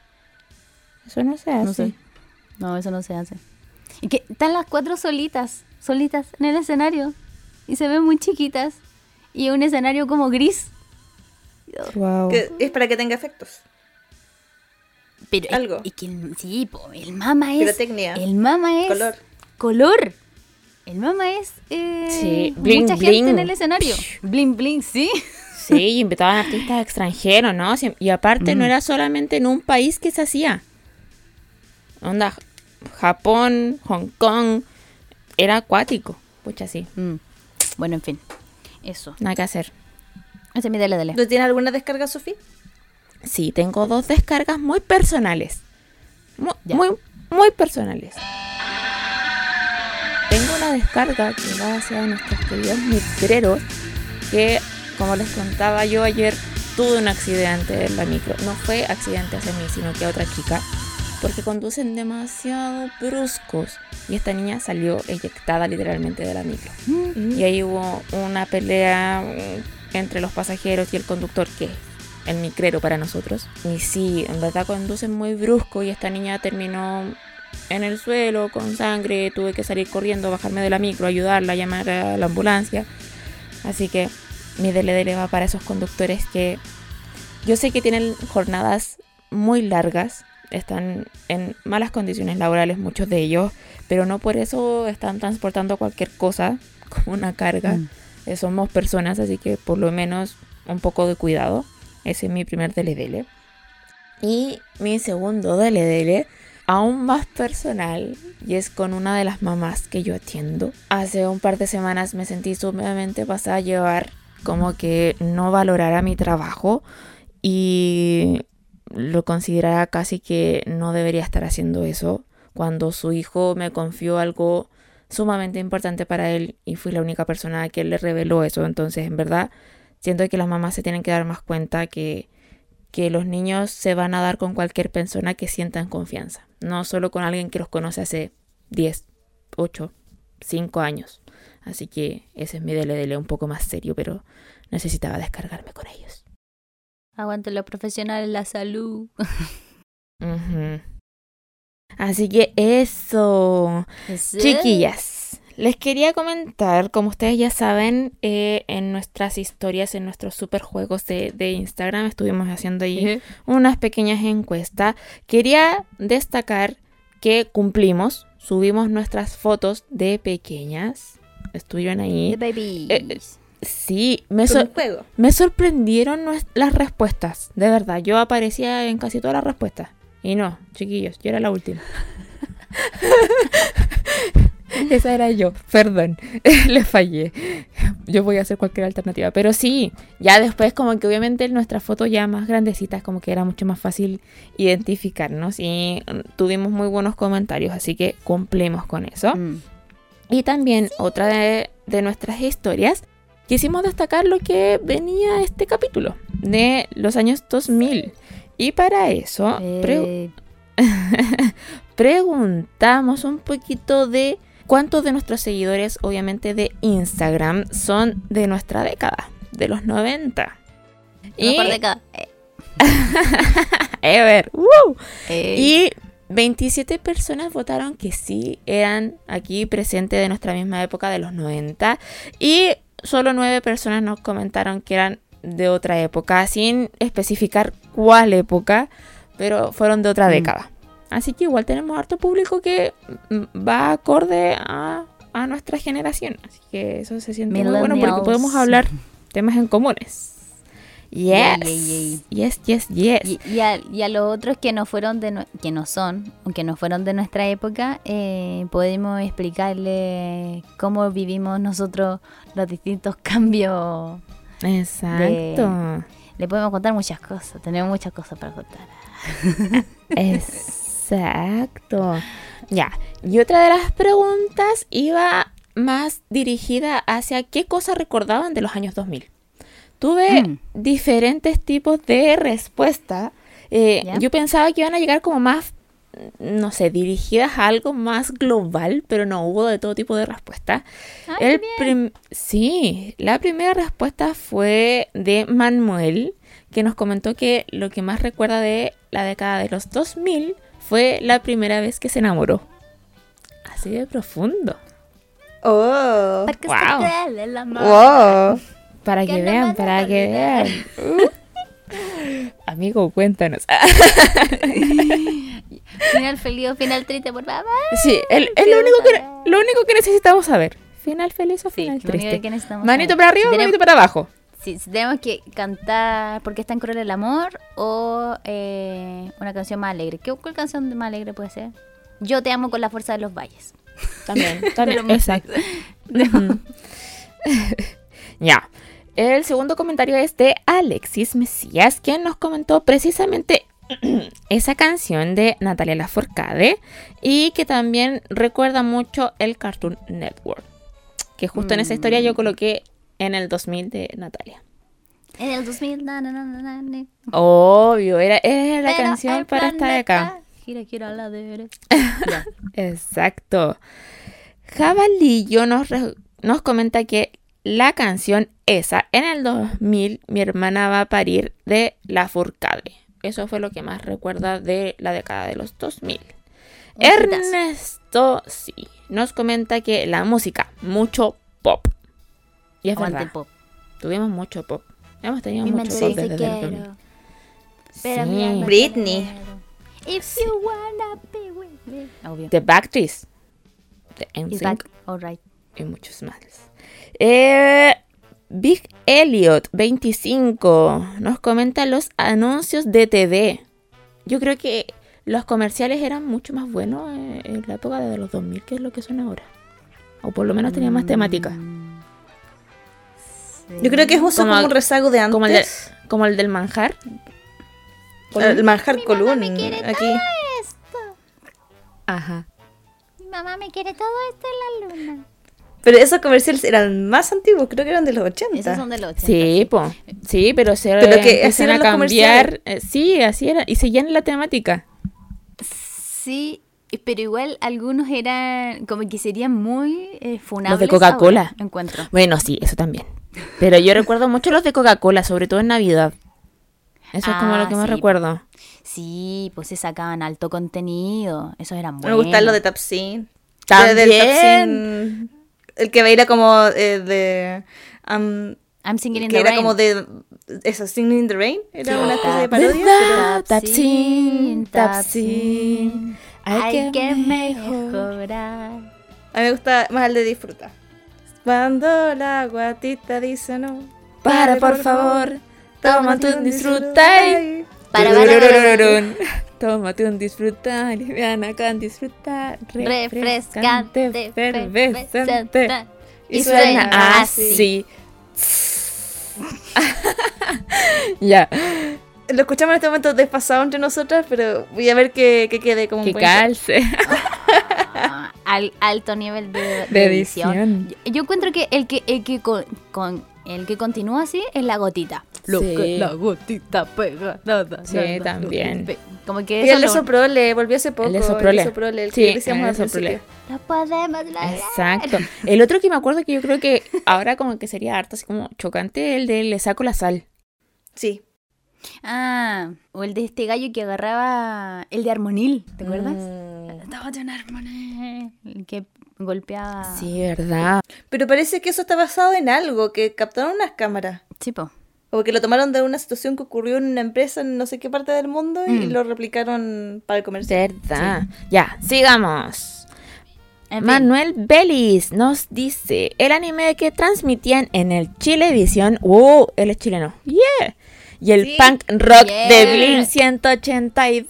Eso no se hace. No sé. No, eso no se hace. Y que están las cuatro solitas, solitas en el escenario y se ven muy chiquitas y un escenario como gris. Wow. Que es para que tenga efectos. Pero es- Algo. Es, que el, sí, po, el mama es. Pirotecnia. El mama es. Color. Color. El mama es. Eh, Sí, bling, mucha bling. gente en el escenario. Bling, bling, sí. Sí, y invitaban artistas extranjeros, ¿no? Sí, y aparte Mm. no era solamente en un país que se hacía. Onda, Japón, Hong Kong, era acuático. Pucha, sí, Mm. Bueno, en fin. Eso. nada que hacer. Ese es mi dele, dele. ¿Tú tienes alguna descarga, Sofía? Sí, tengo dos descargas muy personales. Muy, Ya. muy, muy personales. Tengo una descarga que va hacia nuestros queridos micreros, que, como les contaba yo ayer, tuve un accidente en la micro. No fue accidente hacia mí, sino que a otra chica, porque conducen demasiado bruscos. Y esta niña salió eyectada literalmente de la micro. Y ahí hubo una pelea mm, entre los pasajeros y el conductor, que es el micrero para nosotros. Y sí, en verdad conducen muy brusco y esta niña terminó en el suelo con sangre. Tuve que salir corriendo, bajarme de la micro, ayudarla, llamar a la ambulancia. Así que mi dele dele va para esos conductores que yo sé que tienen jornadas muy largas, están en malas condiciones laborales muchos de ellos, pero no por eso están transportando cualquier cosa como una carga. Mm. Eh, somos personas, así que por lo menos un poco de cuidado. Ese es mi primer dele dele. Y mi segundo dele dele, aún más personal, y es con una de las mamás que yo atiendo. Hace un par de semanas me sentí sumamente pasada a llevar, como que no valorara mi trabajo y lo considerara casi que no debería estar haciendo eso, cuando su hijo me confió algo sumamente importante para él y fui la única persona a quien le reveló eso. Entonces, en verdad, siento que las mamás se tienen que dar más cuenta que, que los niños se van a dar con cualquier persona que sientan confianza, no solo con alguien que los conoce hace diez, ocho, cinco años. Así que ese es mi dele dele un poco más serio, pero necesitaba descargarme con ellos. Aguante lo profesional en la salud. Ujú. Así que eso, chiquillas, les quería comentar, como ustedes ya saben, eh, en nuestras historias, en nuestros superjuegos de, de Instagram, estuvimos haciendo ahí unas pequeñas encuestas. Quería destacar que cumplimos, subimos nuestras fotos de pequeñas, estuvieron ahí. The babies. Eh, Sí, me, Con sor- un juego. me sorprendieron nues- las respuestas, de verdad. Yo aparecía en casi todas las respuestas. Y no, chiquillos, yo era la última. Esa era yo, perdón, les fallé. Yo voy a hacer cualquier alternativa. Pero sí, ya después como que obviamente nuestras fotos ya más grandecitas como que era mucho más fácil identificarnos. Y mm, tuvimos muy buenos comentarios, así que cumplimos con eso. Mm. Y también otra de, de nuestras historias, quisimos destacar lo que venía este capítulo de los años dos mil. Y para eso pre- Eh, preguntamos un poquito de cuántos de nuestros seguidores, obviamente de Instagram, son de nuestra década, de los noventa. Y mejor década. Eh, Ever, ¡woo! eh, Y veintisiete personas votaron que sí eran aquí presentes de nuestra misma época, de los noventa. Y solo nueve personas nos comentaron que eran de otra época, sin especificar cuál época, pero fueron de otra Mm. década. Así que igual tenemos harto público que mm, va acorde a, a nuestra generación. Así que eso se siente muy bueno porque Millennials. podemos hablar temas en comunes. Yes, Yay, yay, yes, yes, yes. Y, y, a, y a los otros que no fueron de nue- que no son, aunque no fueron de nuestra época, eh, podemos explicarle cómo vivimos nosotros los distintos cambios. Exacto. Le podemos contar muchas cosas, tenemos muchas cosas para contar. Exacto. Ya. Y otra de las preguntas iba más dirigida hacia qué cosas recordaban de los años dos mil. Tuve Mm. diferentes tipos de respuesta. Eh, ¿Ya? Yo pensaba que iban a llegar como más, no sé, dirigidas a algo más global, pero no, hubo de todo tipo de respuestas. Ay, El qué prim- sí, la primera respuesta fue de Manuel, que nos comentó que lo que más recuerda de la década de los dos mil fue la primera vez que se enamoró. Así de profundo. Oh. Porque Wow. se cruel el amor. Wow. Para Que que no vean, me para deja que olvidar. vean. Uh. Amigo, cuéntanos. Final feliz o final triste, por favor. Sí, el- es lo único, que, lo único que necesitamos saber. Final feliz o Sí, final lo único triste. que necesitamos Manito saber. para arriba, Si tenemos- manito para abajo. si, si tenemos que cantar ¿Por qué es tan cruel el amor? O eh, una canción más alegre. ¿Qué, ¿Cuál canción más alegre puede ser? Yo te amo con la fuerza de los valles. También, también, Pero- exacto. Ujú. Ya. El segundo comentario es de Alexis Mesías, quien nos comentó precisamente esa canción de Natalia Lafourcade y que también recuerda mucho el Cartoon Network. Que justo en esa historia yo coloqué en el dos mil de Natalia. En el dos mil, na, na, na, na, na. Obvio, era, era la Pero canción el para esta de acá. planeta Gira, gira a la derecha. Ya. Exacto. Jabalillo nos, re- nos comenta que la canción esa, en el dos mil, mi hermana va a parir de Lafourcade. Eso fue lo que más recuerda de la década de los dos mil. Un hitazo. Ernesto, sí, nos comenta que la música, mucho pop. Y es Aguante verdad, el pop. tuvimos mucho pop. Hemos tenido Mi mucho mente pop dice desde los dos mil. quiero. Pero Sí. mi alma Britney. te quiero. If you wanna be with me. Obvio. The Backstreets, The Is N Sync back. Alright. y muchos más. Eh, Big Elliot veinticinco nos comenta los anuncios de T V. Yo creo que los comerciales eran mucho más buenos eh, en la época de los dos mil que es lo que son ahora. O por lo menos tenían más temática. Mm, sí. Yo creo que es uso Como- como, un rezago de antes. Como el, de- como el del manjar. El manjar Colún. me quiere Aquí. Esto. Ajá. Mi mamá me quiere todo esto en la luna. Pero esos comerciales eran más antiguos, creo que eran de los ochenta. Esos son de los ochenta. Sí, po. Sí, pero se Pero que empiezan así eran a los cambiar. eh, sí, así era. Y seguían la temática. Sí, pero igual algunos eran como que serían muy eh, funables. Los de Coca-Cola. ahora, encuentro. Bueno, sí, eso también. Pero yo recuerdo mucho los de Coca-Cola, sobre todo en Navidad. Eso es como Ah, lo que más sí. recuerdo. Sí, pues se sacaban alto contenido. Esos eran Me buenos. gustan los de Tapsin. También. De- del Tapsin, el que era como eh, de... um, I'm singing in que the era rain. como de... Eso, Singing in the Rain. Era Sí. una especie de Ah, parodia. ¿Verdad? pero- Tapsin, Tapsin. Hay Hay que que mejorar. mejorar. A mí me gusta más el de Disfruta. Cuando la guatita dice no. Para, por favor, tómate un disfrutar. Para, para, para, para. Turururururun. Tómate un disfrutar. Vean acá en disfrutar. Refrescante, efervescente. efervescente. Y Y suena suena así. Ya. Lo escuchamos en este momento desfasado entre nosotras, pero voy a ver que, que quede como un Que buen calce. Ah, al alto nivel de, de De edición. edición. Yo, yo encuentro que el que el que con, con- el que continúa así es la gotita. Lo Sí. que la gotita pega. nada, Sí, nada, también. lo que pe- Como que Y eso el de lo- Soprole, volvió hace poco. El de Soprole. El de Soprole, el Sí, que decíamos el al de Soprole. principio. Lo podemos lograr. Exacto. El otro que me acuerdo que yo creo que ahora como que sería harto así como chocante, el de le saco la sal. Sí. Ah, o el de este gallo que agarraba el de Armonil, ¿te acuerdas? Mm. Estaba en Armonil, el que golpeaba. Sí, verdad. Pero parece que eso está basado en algo, que captaron unas cámaras. Sí, po. O que lo tomaron de una situación que ocurrió en una empresa en no sé qué parte del mundo y Mm. lo replicaron para el comercial. Verdad. Ya, sigamos. En fin. Manuel Belis nos dice, el anime que transmitían en el Chilevisión, wow, él es chileno, yeah, y el Sí. punk rock Yeah. de Blink ciento ochenta y dos.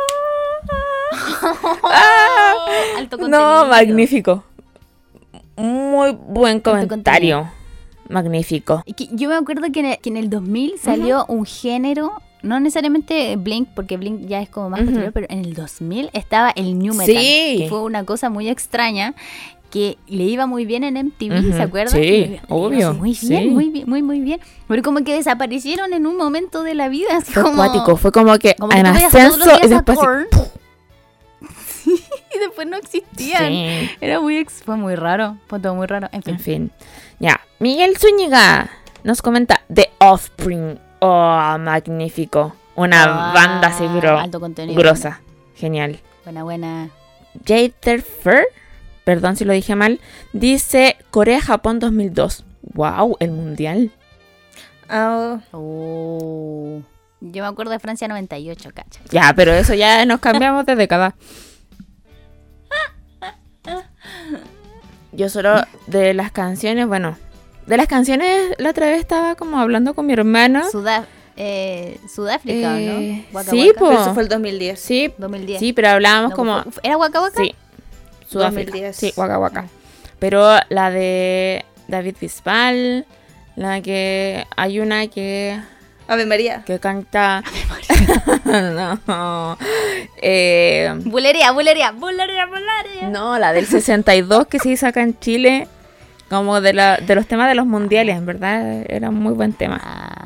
Ah, Alto contenido. no, magnífico. Muy buen Alto comentario. Magnífico. Y que yo me acuerdo que en el, que en el dos mil salió un género, no necesariamente Blink, porque Blink ya es como más Ujú. posterior, pero en el dos mil estaba el New Metal, Sí. que fue una cosa muy extraña, que le iba muy bien en M T V, Ujú. ¿se acuerdan? Sí, Le iba obvio, Muy sí. bien, muy bien, muy, muy bien. Pero como que desaparecieron en un momento de la vida. Así Fue como, acuático, fue como que como que en tú veías todos los ascenso y días a después... así, Korn. Y después no existían. sí. Era muy, ex- fue muy raro, fue todo muy raro. En fin. En fin. Ya. Miguel Zúñiga nos comenta The Offspring. Oh, magnífico. Una Ah, banda así, bro. alto contenido. Grosa. Genial. Buena, buena. Jaterfer, perdón si lo dije mal, dice Corea-Japón dos mil dos. Wow, el mundial. Ah, Oh. Yo me acuerdo de Francia noventa y ocho, cacha. Ya, pero eso ya nos cambiamos de década. Yo solo de las canciones, bueno, De las canciones, la otra vez estaba como hablando con mi hermana. Sudá- eh, Sudáfrica, Eh, ¿no? Waka sí, Waka. po. Pero eso fue el dos mil diez. Sí, dos mil diez. sí, pero hablábamos No, como... fue- ¿Era Waka Waka? Sí, Sudáfrica. dos mil diez. Sí, Waka Waka. Pero la de David Bisbal, la que... Hay una que... Ave María. que canta... no. Eh, Bulería, bulería, bulería, bulería. no, la del sesenta y dos que se hizo acá en Chile. Como de, la, de los temas de los mundiales, en verdad. Era un muy buen tema.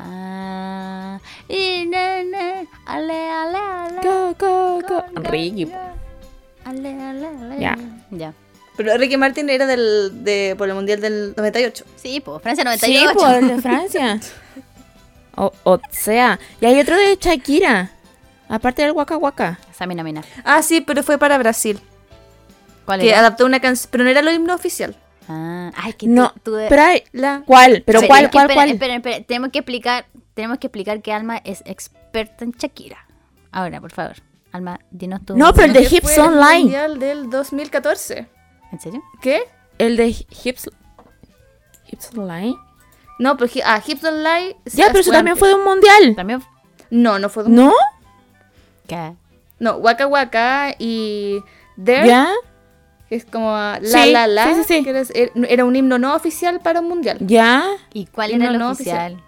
Ah, y na, na, ale, ale, ale. Go, go, go. Go, go, Ricky. go. Ale, ale, ale. Ya. Ya. Pero Ricky Martin era del, de, por el Mundial del noventa y ocho. Sí, pues, Francia noventa y Sí, ocho. por el de Francia. O, o sea, y hay otro de Shakira. Aparte del Waka Waka. Esa mina, mina. Ah, sí, pero fue para Brasil. ¿Cuál Que era? adaptó una canción, pero no era lo himno oficial. Ah, ay, que No, tú, tú de- pero hay... La... ¿Cuál? ¿Pero Sí, cuál, es que cuál, esperen, cuál? esperen, esperen. Tenemos que explicar, tenemos que explicar que Alma es experta en Shakira. Ahora, por favor. Alma, dinos tu... No, pero el de Que Hips fue el Online. Mundial del dos mil catorce. ¿En serio? ¿Qué? El de Hips... Hips Online. No, pero hi- ah, Hips Don't Lie. Ya, pero eso fue también antes. fue de un mundial. También... No, no fue de un- ¿No? ¿Qué? No, Waka Waka y There, ¿Ya? que es como ah, La Sí, La La, sí, sí, sí. que era, era un himno no oficial para un mundial. ¿Ya? ¿Y cuál Y era no, el no oficial?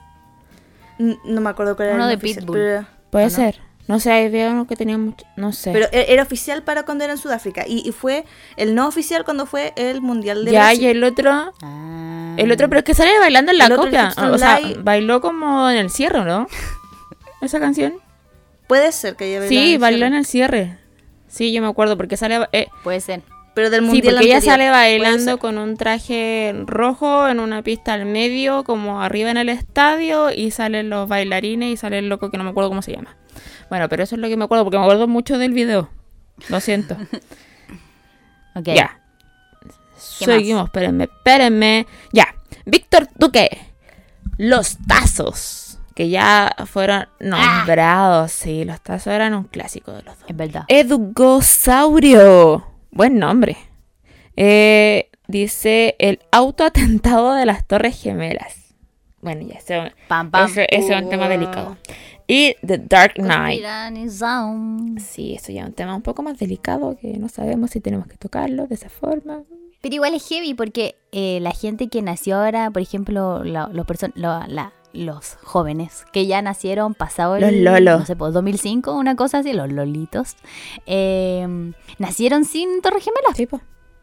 N- No me acuerdo cuál era Uno el de oficial, Pitbull. Pero, Puede ¿O no? ser. No sé, ahí veo uno que tenía mucho... No sé. pero e- era oficial para cuando era en Sudáfrica. Y, y fue el no oficial cuando fue el mundial de ya, Brasil. y el otro... Ah. El otro, pero es que sale bailando en la El otro, el copia. Hips Don't O sea, Lie. bailó como en el cierre, ¿no? Esa canción. Puede ser que haya bailado Sí, en bailó cierre. en el cierre. Sí, yo me acuerdo, porque sale... eh, Puede ser. Pero del sí, mundial porque ella anterior. sale Puede bailando ser. con un traje rojo en una pista al medio, como arriba en el estadio, y salen los bailarines y sale el loco que no me acuerdo cómo se llama. Bueno, pero eso es lo que me acuerdo, porque me acuerdo mucho del video. Lo siento. Ok. Ya. ¿Qué Seguimos, espérenme, espérenme. Ya. Víctor Duque. Los tazos. Que ya fueron nombrados. Sí, los tazos eran un clásico de los dos. Es verdad. Edugosaurio. Buen nombre. Eh, dice el autoatentado de las Torres Gemelas. Bueno, ya, ese, Pam, pam. ese- ese es un tema Oh. delicado. Y The Dark Knight. Conspiranizaun. Sí, eso ya es un tema un poco más delicado que no sabemos si tenemos que tocarlo de esa forma. Pero igual es heavy porque eh, la gente que nació ahora, por ejemplo, la- los, person- la- la- los jóvenes que ya nacieron pasado el... Los lolos. No sé, pues dos mil cinco, una cosa así, los lolitos. eh, nacieron sin Torres Gemelas. Sí, po.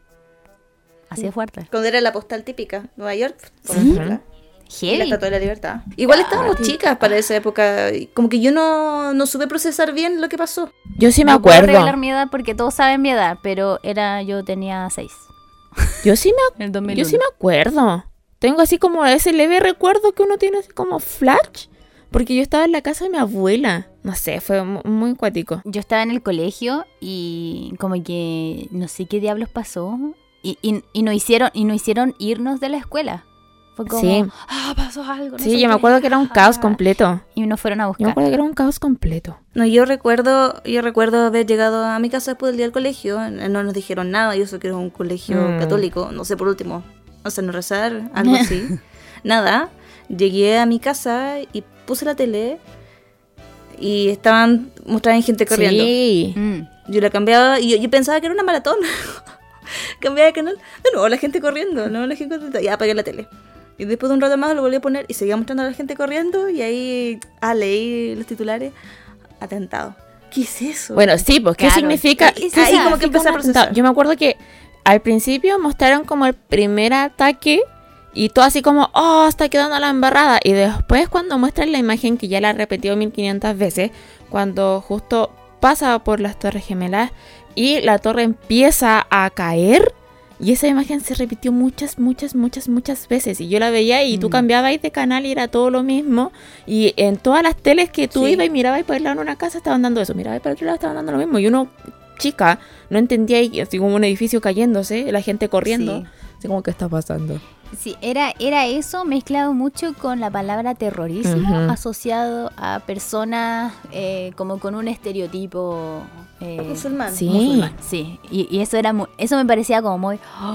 Así de fuerte. Cuando era la postal típica, Nueva York. por Sí. ejemplo, Y la Heavy. Estatua de la Libertad. Igual estábamos Ah, chicas para esa época. y Como que yo no, no supe procesar bien lo que pasó. Yo sí me No puedo acuerdo. revelar mi edad porque todos saben mi edad, pero era yo tenía seis. Yo sí me, En el dos mil yo uno. sí me acuerdo. Tengo así como ese leve recuerdo que uno tiene así como flash. Porque yo estaba en la casa de mi abuela. No sé, fue mu- muy cuático. Yo estaba en el colegio y como que no sé qué diablos pasó y, y, y no hicieron y no hicieron irnos de la escuela. Fue como, Sí. ah, pasó algo. no Sí, sé yo me qué". acuerdo que era un caos completo. Y nos fueron a Yo me buscar. acuerdo que era un caos completo. No, yo recuerdo, yo recuerdo haber llegado a mi casa después del día del colegio. eh, No nos dijeron nada, y eso que era un colegio Mm. católico. No sé, por último, o sea, no rezar, algo así. Nada. Llegué a mi casa y puse la tele y estaban mostraban gente corriendo. Sí. Mm. Yo la cambiaba y yo, yo pensaba que era una maratón. Cambiaba de canal. De nuevo, la gente corriendo. No, la gente corriendo. Ya apagué la tele. Y después de un rato más lo volví a poner y seguía mostrando a la gente corriendo. Y ahí, ah, leí los titulares. Atentado. ¿Qué es eso? Bueno, sí, pues, ¿qué Claro. significa? Y- y- ¿qué ahí como significa que empecé a un procesar. atentado? Yo me acuerdo que al principio mostraron como el primer ataque y todo así como, oh, está quedando la embarrada. Y después cuando muestran la imagen, que ya la repetió mil quinientas veces, cuando justo pasa por las Torres Gemelas y la torre empieza a caer. Y esa imagen se repitió muchas, muchas, muchas, muchas veces. Y yo la veía y tú Mm. cambiabas de canal y era todo lo mismo. Y en todas las teles que tú Sí. ibas y mirabas y por el lado de una casa estaban dando eso. Mirabas y por el otro lado estaban dando lo mismo. Y uno, chica, no entendía ahí, así como un edificio cayéndose, la gente corriendo. Sí. Así como, ¿qué está pasando? Sí, era, era eso mezclado mucho con la palabra terrorismo, Ujú. asociado a personas eh, como con un estereotipo eh, musulmán. Sí. musulmán. Sí, y, y eso era mu- eso me parecía como muy, ¡oh!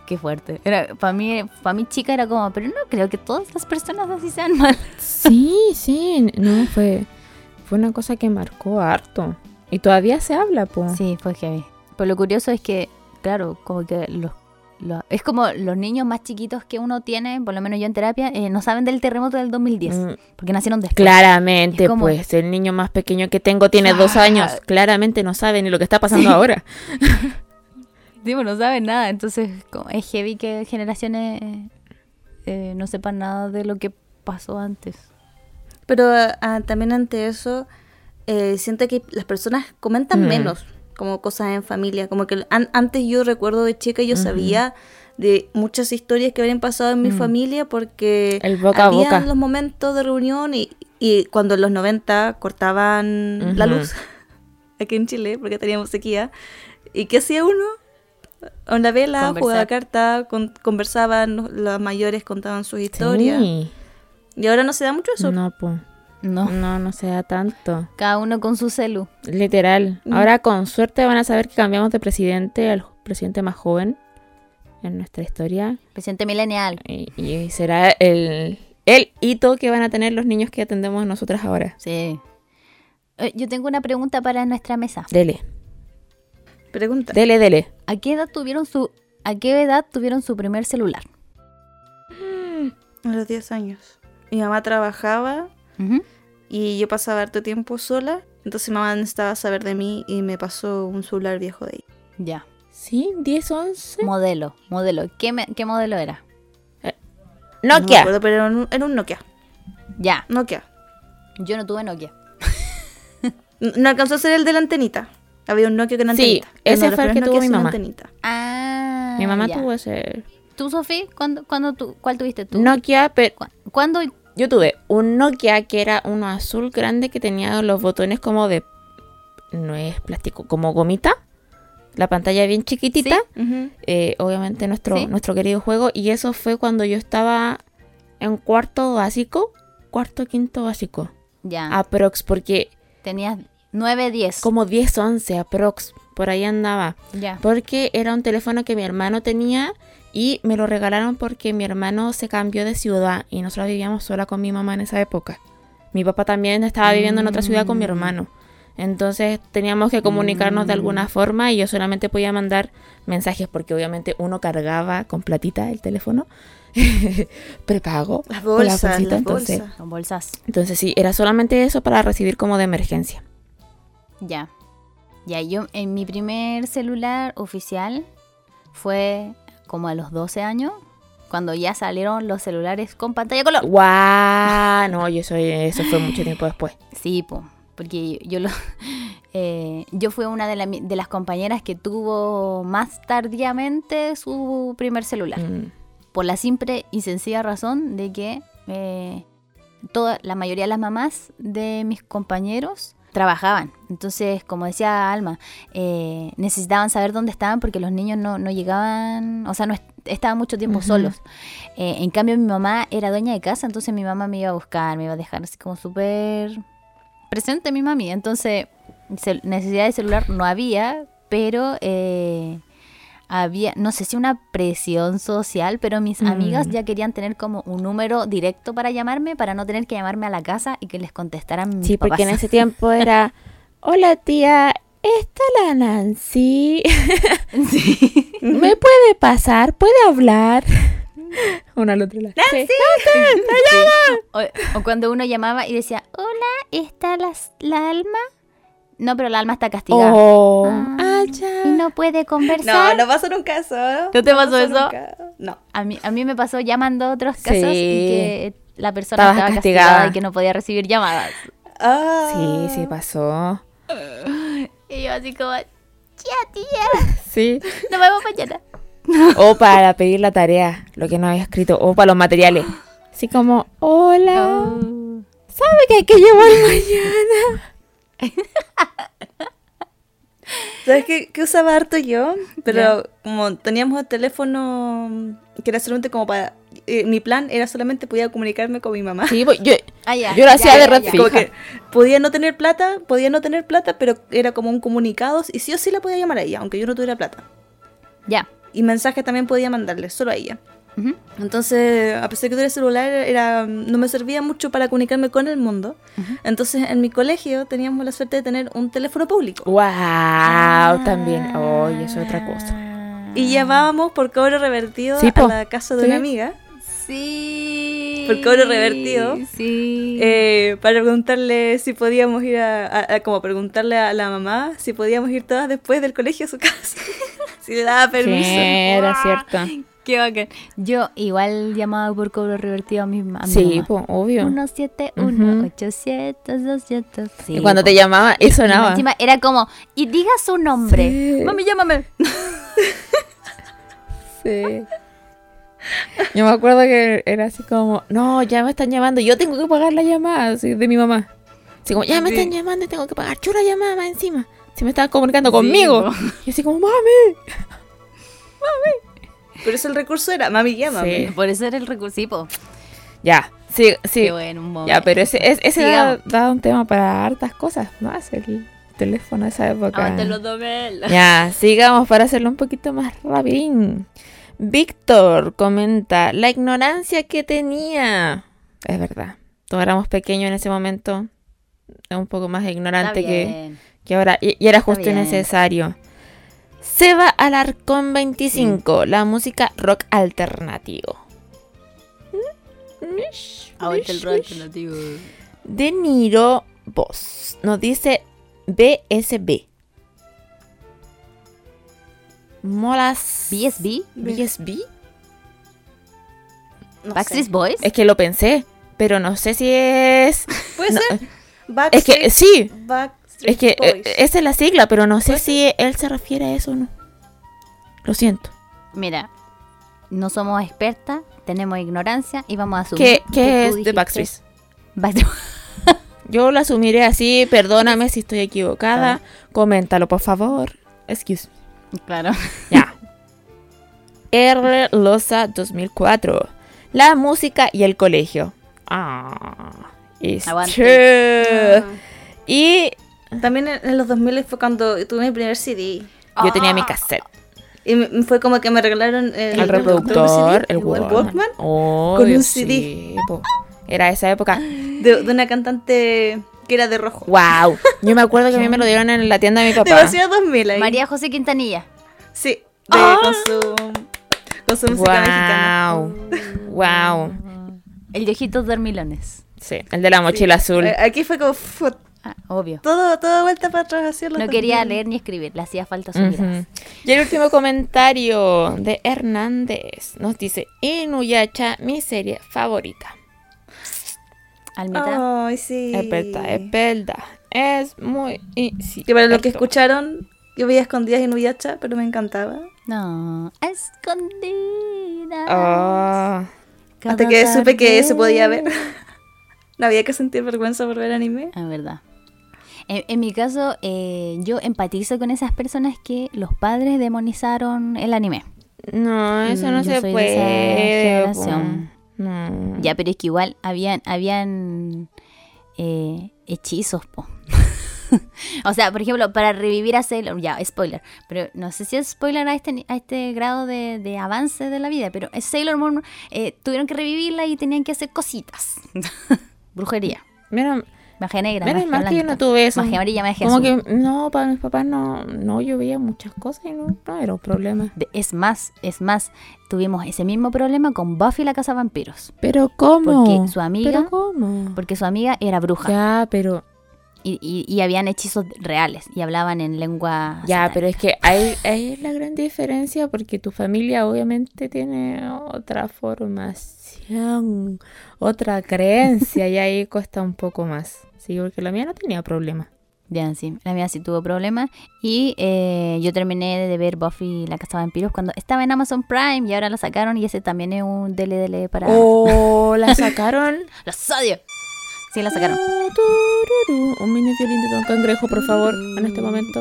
Qué fuerte. Era, para mí, para mí chica era como, pero no creo que todas las personas así sean malas. Sí, sí, no, fue, fue una cosa que marcó harto. Y todavía se habla, po. Sí, fue heavy. Pero lo curioso es que, claro, como que los, los es como los niños más chiquitos que uno tiene, por lo menos yo en terapia, eh, no saben del terremoto del dos mil diez, Mm, porque nacieron después. claramente, Es como- pues, el niño más pequeño que tengo tiene Ah. dos años. Claramente no sabe ni lo que está pasando ahora. Sí, pues no saben nada, entonces como es heavy que generaciones eh, no sepan nada de lo que pasó antes. Pero ah, también ante eso, eh, siento que las personas comentan Mm. menos como cosas en familia. Como que an- antes yo recuerdo de chica, yo Ujú. sabía de muchas historias que habían pasado en mi Mm. familia porque El boca a había boca. los momentos de reunión y, y cuando en los noventa cortaban la Ujú. luz aquí en Chile porque teníamos sequía. ¿Y qué hacía uno? A una vela, Conversar. jugaba carta, con- conversaban, los mayores contaban sus historias. Sí. Y ahora no se da mucho eso. No, po. No, No, no se da tanto. cada uno con su celu. Literal. Mm. Ahora con suerte van a saber que cambiamos de presidente al presidente más joven en nuestra historia. Presidente millennial. Y, y será el, el hito que van a tener los niños que atendemos nosotras ahora. Sí. Eh, Yo tengo una pregunta para nuestra mesa. Dele, Pregunta. dele, dele. ¿A qué edad tuvieron su a qué edad tuvieron su primer celular? A los diez años. Mi mamá trabajaba Ujú. y yo pasaba harto tiempo sola. Entonces mi mamá necesitaba saber de mí y me pasó un celular viejo de ella. Ya. Sí, diez, once. Modelo, modelo. ¿Qué, me- qué modelo era? No me Nokia. acuerdo, pero era un, era un Nokia. Ya. Nokia. Yo no tuve Nokia. N- No alcanzó a ser el de la antenita. Había un Nokia con Sí, antenita. ese Uno de los fue el primeros que tuvo Nokia mi sin mamá. antenita. Ah. Mi mamá ya. tuvo ese ¿Tú, Sofía? ¿Cuándo, cuándo tu, ¿Cuál tuviste tú? Nokia, pero ¿Cu- ¿Cuándo? yo tuve un Nokia que era uno azul grande que tenía los botones como de, no es plástico, como gomita, la pantalla bien chiquitita, Ujú. eh, obviamente nuestro, Sí. nuestro querido juego, y eso fue cuando yo estaba en cuarto básico, cuarto, quinto básico, Ya. aprox, porque Tenías nueve, diez. como diez, once, aprox, por ahí andaba, Ya. porque era un teléfono que mi hermano tenía y me lo regalaron porque mi hermano se cambió de ciudad y nosotros vivíamos sola con mi mamá en esa época. Mi papá también estaba viviendo en otra ciudad con mi Mm. hermano. Entonces teníamos que comunicarnos de Mm. alguna forma y yo solamente podía mandar mensajes porque obviamente uno cargaba con platita el teléfono prepago Las con la bolsas, bolsita, las entonces, bolsas. Con bolsas. entonces sí, era solamente eso para recibir como de emergencia. Ya. Ya, yo en mi primer celular oficial fue como a los doce años, cuando ya salieron los celulares con pantalla color. ¡Guau! No, yo soy, eso fue mucho tiempo después. Sí, po, porque yo lo, eh, yo fui una de, la- de las compañeras que tuvo más tardíamente su primer celular. Mm. Por la simple y sencilla razón de que eh, toda, la mayoría de las mamás de mis compañeros trabajaban. Entonces, como decía Alma, eh, necesitaban saber dónde estaban porque los niños no, no llegaban, o sea, no est- estaban mucho tiempo Ujú. solos. Eh, en cambio, mi mamá era dueña de casa, entonces mi mamá me iba a buscar, me iba a dejar así como súper presente mi mami. Entonces, cel- necesidad de celular no había, pero eh, había, no sé si una presión social, pero mis Mm. amigas ya querían tener como un número directo para llamarme, para no tener que llamarme a la casa y que les contestaran mis Sí, porque en papás. ese tiempo era, hola tía, ¿está la Nancy? Sí. ¿Me puede pasar? ¿Puede hablar? Una al otro lado. ¡Nancy! Sí. O, o cuando uno llamaba y decía, hola, ¿está la, la alma? No, pero la alma está castigada. Oh, Ah, ah, ya. Y no puede No, conversar. no pasó nunca eso. ¿No ¿No te pasó eso? nunca. No. A mí, a mí me pasó llamando a otros casos Sí. y que la persona Estabas estaba castigada. castigada y que no podía recibir llamadas. Ah. Sí, sí pasó. Y yo así como, tía, tía, Sí. nos vemos mañana. O para pedir la tarea, lo que no había escrito, o para los materiales. Así como, hola, Oh. ¿sabe que hay que llevar mañana? ¿Sabes qué, qué usaba harto yo? Pero como teníamos el teléfono que era solamente como para... eh, mi plan era solamente podía comunicarme con mi mamá. Sí, pues, yo, Ah, ya, Yo lo ya, hacía ya, de ya, red ya. fija. Como que podía no tener plata, podía no tener plata, pero era como un comunicado y sí o sí la podía llamar a ella, aunque yo no tuviera plata. Ya. y mensajes también podía mandarle, solo a ella. Ujú. Entonces, a pesar de que tuviera celular, era, no me servía mucho para comunicarme con el mundo. Ujú. Entonces, en mi colegio teníamos la suerte de tener un teléfono público. Wow, también. Oye, eso es otra cosa. Y llevábamos por cobro revertido Sí, a po. la casa de Sí. una amiga Sí. Por cobro revertido. Sí. eh, para preguntarle si podíamos ir a, a- a- como preguntarle a la mamá si podíamos ir todas después del colegio a su casa. Si le daba permiso. Sí, era cierto. Qué bacán. Yo igual llamaba por cobro revertido a mi, a mi Sí, mamá. pues, obvio. uno siete uno, Ujú. ochocientos, doscientos. Sí, Y cuando po. te llamaba, y Y sonaba. encima era como, y diga su nombre. Sí. Mami, llámame. Sí. Yo me acuerdo que era así como, no, ya me están llamando, yo tengo que pagar la llamada así, de mi mamá. Así como, ya me Sí. están llamando y tengo que pagar chura llamada más encima. Si me estaban comunicando Sí, conmigo. po. Y así como, mami. Por eso el recurso era, mami, llámame. Sí. Por eso era el recursivo. Ya, sí, sí. Qué bueno, un momento. Ya, pero ese, es- ese da, Sigamos. da un tema para hartas cosas más, el teléfono de esa época. Aguante los domel. Ya, sigamos para hacerlo un poquito más rapidín. Víctor comenta, la ignorancia que tenía. Es verdad, todos éramos pequeños en ese momento, un poco más ignorante que, que ahora, y, y era Está justo y bien. necesario. Seba Alarcón veinticinco, la música rock alternativo. Aguante el rock alternativo. De Niro Voz nos dice B S B. Molas. B S B, B S B. No Backstreet sé. Boys. Es que lo pensé, pero no sé si es. Puede No, ser. Es Backstreet, que sí, Backstreet es que Boys. eh, esa es la sigla, pero no sé ¿Puede si él se refiere a eso o no. Lo siento. Mira, no somos expertas, tenemos ignorancia y vamos a asumir ¿Qué, que qué tú es dijiste de Backstreet? Backstreet. Yo lo asumiré así, perdóname si estoy equivocada. Coméntalo, por favor. Excuse me. Claro. Ya. R. Loza dos mil cuatro. La música y el colegio. Ah. It's Aguante. true. Ah. Y También en, en los dos mil fue cuando tuve mi primer C D. yo tenía mi cassette. Y me- fue como que me regalaron el, El reproductor, el el Walkman. Walkman Obvio, con un sí, C D. po. Era esa época. de, de una cantante que era de rojo. Wow. Yo me acuerdo que a mí me lo dieron en la tienda de mi papá. Demasiado dos mil ahí. María José Quintanilla. Sí, de, Ah. con su, con su música mexicana. Wow. Wow. El de ojitos dormilones. Sí, el de la mochila azul. Eh, Aquí fue como fu- Ah, obvio. todo, todo vuelta para atrás. Así en los No dos quería mil. leer ni escribir, le hacía falta su Ujú. mirada. Y el último comentario de Hernández nos dice: Inuyasha, mi serie favorita. Almita. Ay, sí. Es verdad, es verdad. Es muy. y- sí, Que para los que esto. escucharon, yo veía escondidas en Inuyasha, pero me encantaba. No, escondida. Ah, Hasta que supe que se podía ver. No había que sentir vergüenza por ver anime. Es verdad. En, en mi caso, eh, yo empatizo con esas personas que los padres demonizaron el anime. no, eso no Mm, yo se soy de puede. esa po. generación. No. Ya, pero es que igual habían, habían eh, hechizos, po. O sea, por ejemplo, para revivir a Sailor, ya, spoiler, pero no sé si es spoiler a este, ni- a este grado de, de avance de la vida, pero es Sailor Moon, eh, tuvieron que revivirla y tenían que hacer cositas. Brujería, Mira, magia negra, menos magia mal que yo blanca, no tuve eso. magia amarilla, magia Como azul. que, no, para mis papás no, no, yo veía muchas cosas y no, no era un problema. De- es más, es más, tuvimos ese mismo problema con Buffy la Casa Vampiros, Pero ¿cómo? Porque su amiga- ¿Pero cómo? porque su amiga era bruja Ya, pero... y, y, y habían hechizos reales y hablaban en lengua Ya, satánica. pero es que ahí, ahí es la gran diferencia porque tu familia obviamente tiene otra formación, otra creencia y ahí cuesta un poco más. Sí, porque la mía no tenía problema. Ya, sí, la mía sí tuvo problemas y eh, yo terminé de ver Buffy la Casa de Vampiros cuando estaba en Amazon Prime y ahora la sacaron y ese también es un D L D para... Oh, la sacaron. ¡Los odio! Sí, la sacaron. Ah, tururú. Un mini violín de Don Cangrejo, por favor, en este momento.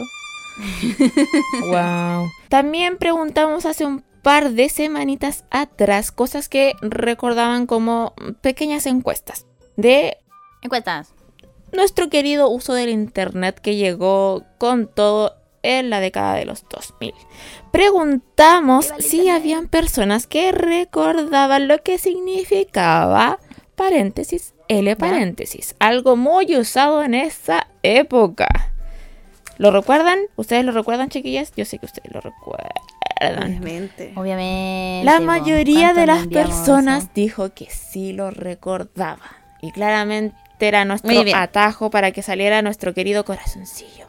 Wow. También preguntamos hace un par de semanitas atrás cosas que recordaban como pequeñas encuestas de Encuestas. nuestro querido uso del internet que llegó con todo en la década de los dos mil. preguntamos Qué vale si tener. habían personas que recordaban lo que significaba paréntesis, L paréntesis, algo muy usado en esa época. ¿Lo recuerdan? ¿Ustedes lo recuerdan, chiquillas? Yo sé que ustedes lo recuerdan. Obviamente. Obviamente. La po, mayoría ¿cuánto de no las enviamos personas eso? dijo que sí lo recordaba. Y claramente era nuestro Muy bien. atajo para que saliera nuestro querido corazoncillo.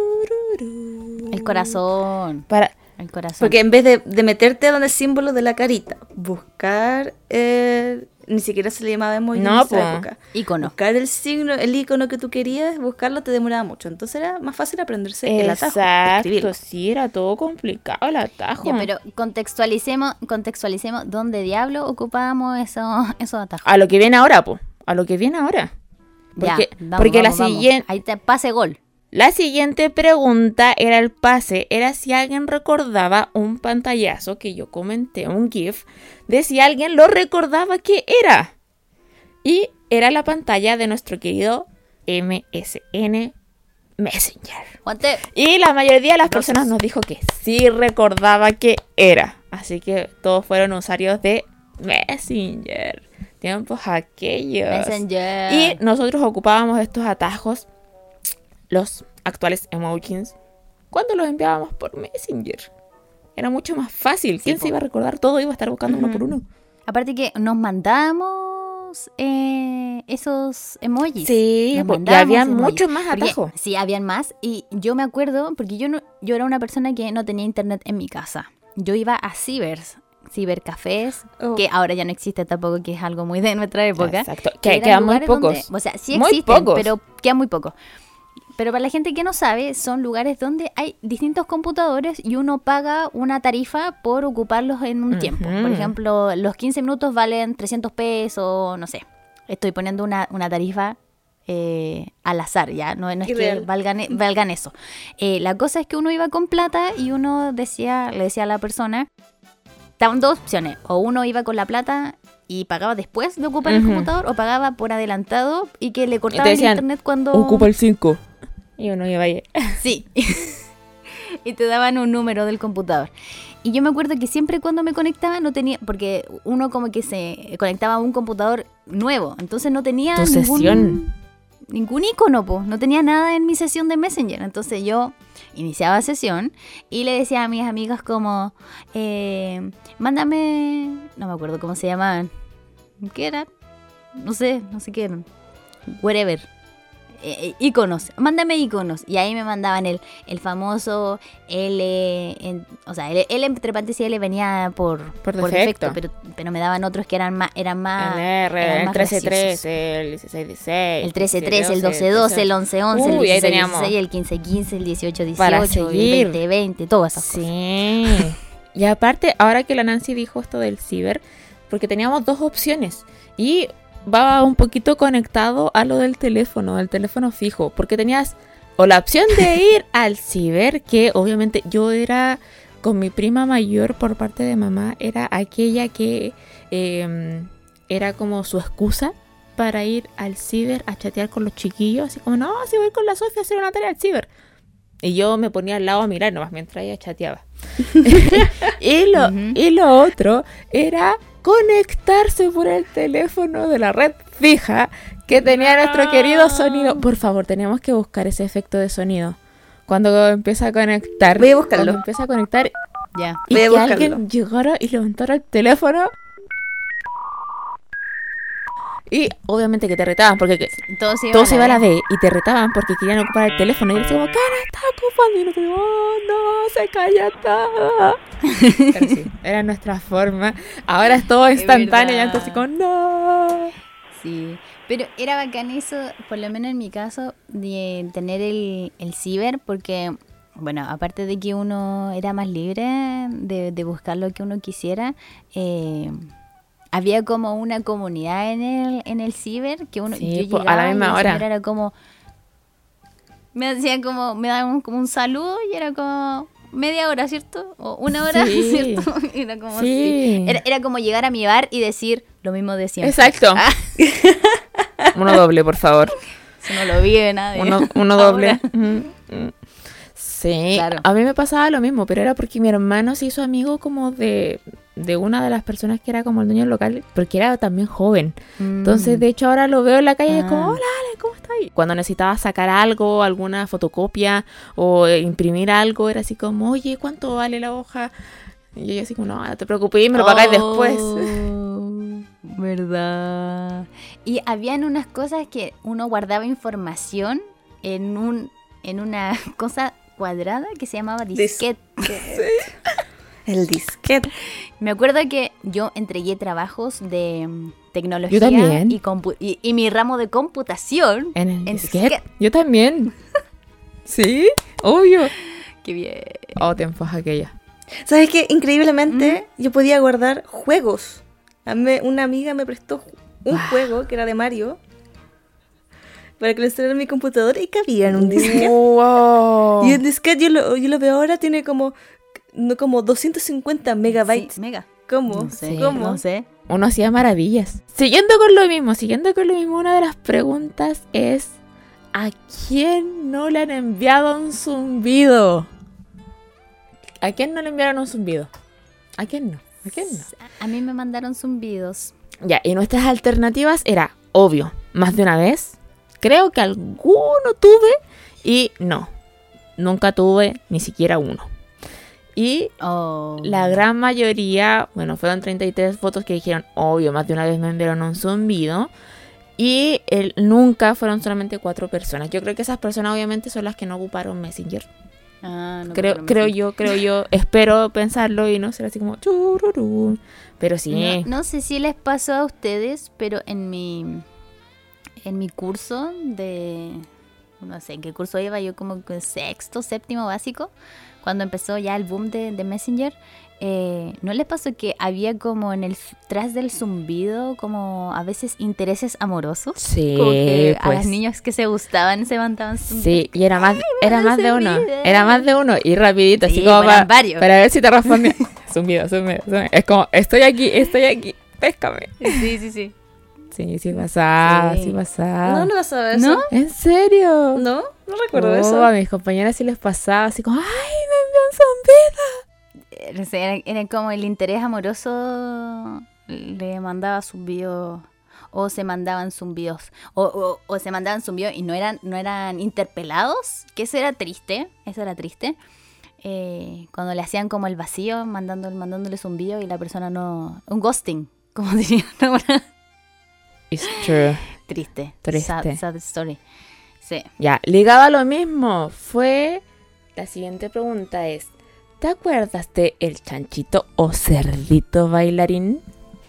Tururú. El corazón. Para... El corazón. Porque en vez de, de meterte donde el símbolo de la carita, buscar el... Ni siquiera se le llamaba emoji No, en esa po. época. Icono. Buscar el signo, el icono que tú querías, buscarlo te demoraba mucho. Entonces era más fácil aprenderse el atajo. Exacto, escribirlo. sí, era todo complicado el atajo. Ya, pero contextualicemos, contextualicemos dónde diablo ocupábamos esos, esos atajos. A lo que viene ahora, po. A lo que viene ahora. Porque, Ya, vamos, porque vamos, la vamos. siguiente... Ahí te pase gol. La siguiente pregunta era el pase, era si alguien recordaba un pantallazo que yo comenté, un GIF, de si alguien lo recordaba qué era. Y era la pantalla de nuestro querido M S N Messenger. Juante. Y la mayoría de las personas nos dijo que sí recordaba qué era. Así que todos fueron usuarios de Messenger. Tiempos aquellos. Messenger. Y nosotros ocupábamos estos atajos, los actuales emojis, cuando los enviábamos por Messenger. Era mucho más fácil. ¿Quién po. se iba a recordar todo? Iba a estar buscando uno por uno. Aparte que nos mandamos eh, esos emojis. Sí, Nos po, y mandábamos había emojis. muchos más Porque- atajos. Sí, habían más. Y yo me acuerdo, porque yo no, yo era una persona que no tenía internet en mi casa. Yo iba a cibers, cibercafés, Oh. que ahora ya no existe tampoco, que es algo muy de nuestra época. Exacto. que Que eran quedan muy lugares pocos. donde- o sea, sí Muy existen, pocos. pero quedan muy pocos. Pero para la gente que no sabe, son lugares donde hay distintos computadores y uno paga una tarifa por ocuparlos en un Ujú. tiempo. Por ejemplo, los quince minutos valen trescientos pesos, no sé. Estoy poniendo una, una tarifa eh, al azar, ¿ya? No, no es Irreal. que valgan, e- valgan eso. Eh, la cosa es que uno iba con plata y uno decía, le decía a la persona, estaban dos opciones. O uno iba con la plata y pagaba después de ocupar el Ujú. computador, o pagaba por adelantado y que le Y cortaban te el decían, internet cuando... ocupa el cinco. Y uno iba ahí. Sí. Y te daban un número del computador. Y yo me acuerdo que siempre cuando me conectaba no tenía, porque uno como que se conectaba a un computador nuevo, entonces no tenía Tu ningún, sesión. ningún icono, po. No tenía nada en mi sesión de Messenger. Entonces yo iniciaba sesión y le decía a mis amigas como, eh, mándame, no me acuerdo cómo se llamaban, ¿qué eran? No sé, no sé qué eran. Whatever. Eh, eh, iconos, mándame iconos. Y ahí me mandaban el, el famoso L, en- o sea, el L entre paréntesis L venía por, Por defecto. pero, pero me daban otros que eran más, eran más, El R, eran el más trece graciosos. trece, el dieciséis dieciséis. El trece trece, el doce doce, el once once, el Uy, ahí dieciséis teníamos. dieciséis, el quince quince, el dieciocho Para dieciocho, el seguir. veinte veinte, todas esas cosas. Sí. Y aparte, ahora que la Nancy dijo esto del ciber, porque teníamos dos opciones. Y va un poquito conectado a lo del teléfono, del teléfono fijo. Porque tenías o la opción de ir al ciber, que obviamente yo era con mi prima mayor por parte de mamá, era aquella que eh, era como su excusa para ir al ciber a chatear con los chiquillos. Así como, no, si voy con la Sofía a hacer una tarea al ciber. Y yo me ponía al lado a mirar nomás mientras ella chateaba. y, lo, Ujú. y lo otro era conectarse por el teléfono de la red fija que tenía nuestro querido sonido. Por favor, teníamos que buscar ese efecto de sonido. Cuando empieza a conectar. Voy a buscarlo. Cuando empieza a conectar Ya. y Voy a que buscarlo. alguien llegara y levantara el teléfono. Y obviamente que te retaban porque que- Todo se iba, todo se iba a la vez. B y te retaban porque querían ocupar el teléfono. Y yo decía como, ¿qué no está ocupando? Y no como, oh, no, se calla todo. Pero sí, era nuestra forma. Ahora es todo Es instantáneo y verdad. antes así como, no. Sí, pero era bacán eso, por lo menos en mi caso, de tener el, el ciber, porque, bueno, aparte de que uno era más libre de, de buscar lo que uno quisiera, eh, había como una comunidad en el, en el ciber que uno Sí, yo po, a la llegaba y misma el hora. ciber era como, me hacían como, me daban como un saludo y era como media hora, ¿cierto? O una hora, Sí. ¿cierto? Era como Sí. así. Era, era como llegar a mi bar y decir lo mismo de siempre. Exacto. Uno doble, por favor. Eso no lo vive nadie. Uno, uno Ahora. doble. Mm, mm. Sí. Sí, Claro. a mí me pasaba lo mismo, pero era porque mi hermano se hizo amigo como de, de una de las personas que era como el dueño del local, porque era también joven. Entonces, de hecho, ahora lo veo en la calle y es como, Ah. hola Ale, ¿cómo estás? Cuando necesitaba sacar algo, alguna fotocopia o eh, imprimir algo, era así como, oye, ¿cuánto vale la hoja? Y yo así como, no, no te preocupes, me lo pagáis después. Oh, verdad. Y habían unas cosas que uno guardaba información en un en una cosa cuadrada que se llamaba disquete. El disquete. Me acuerdo que yo entregué trabajos de mm, tecnología Yo también. Y, compu- y, y mi ramo de computación En el en disquete. disquete. Yo también. ¿Sí? Obvio. Qué bien. Oh, tiempos aquella. ¿Sabes qué? Increíblemente, yo podía guardar juegos. A mí, una amiga me prestó ju- un Wow. juego que era de Mario para que lo instalara en mi computadora y cabía en un disquete. Wow. Y el disquete, yo lo, yo lo veo ahora, tiene como, no, como doscientos cincuenta megabytes. Sí, mega. ¿Cómo? No sé, ¿Cómo? no sé. Uno hacía maravillas. Siguiendo con lo mismo, siguiendo con lo mismo, una de las preguntas es: ¿a quién no le han enviado un zumbido? ¿A quién no le enviaron un zumbido? ¿A quién no? ¿A quién no? A mí me mandaron zumbidos. Ya, y nuestras alternativas era, obvio, más de una vez. Creo que alguno tuve y no. Nunca tuve ni siquiera uno. Y Oh. la gran mayoría, bueno, fueron treinta y tres votos que dijeron, obvio, más de una vez me enviaron un zumbido. Y el nunca fueron solamente cuatro personas. Yo creo que esas personas obviamente son las que no ocuparon Messenger. Ah, no creo compré creo Messenger. yo, creo yo. Espero pensarlo y no ser así como chururú. Pero sí. No, no sé si les pasó a ustedes, pero en mi en mi curso de no sé en qué curso iba yo, como que sexto, séptimo básico, cuando empezó ya el boom de, de Messenger, eh, ¿no les pasó que había como en el tras del zumbido como a veces intereses amorosos? Sí, Como que a pues. las niñas que se gustaban se mandaban zumbidos. Sí, y era más, era más de uno. zumbido. Era más de uno. Y rapidito, así Sí, como pues eran para, varios. para ver si te respondía. Zumbido, zumbido, zumbido. Es como, estoy aquí, estoy aquí, péscame. Sí, sí, sí. Sí, sí pasaba, sí, Sí. pasaba. No, no pasaba eso. ¿No? ¿En serio? No, no recuerdo Oh, eso. a mis compañeras sí les pasaba así como, ¡ay, me envían zumbido! Eh, no sé, Era, era como el interés amoroso, le mandaba zumbidos o se mandaban zumbidos o, o, o se mandaban zumbidos y no eran no eran interpelados, que eso era triste, eso era triste. Eh, cuando le hacían como el vacío, mandando, mandándole zumbido y la persona no, un ghosting, como dirían ahora. It's true. Triste, Triste. Sad, sad story. Sí. Ya, ligado a lo mismo, fue... La siguiente pregunta es, ¿te acuerdas de el chanchito o cerdito bailarín?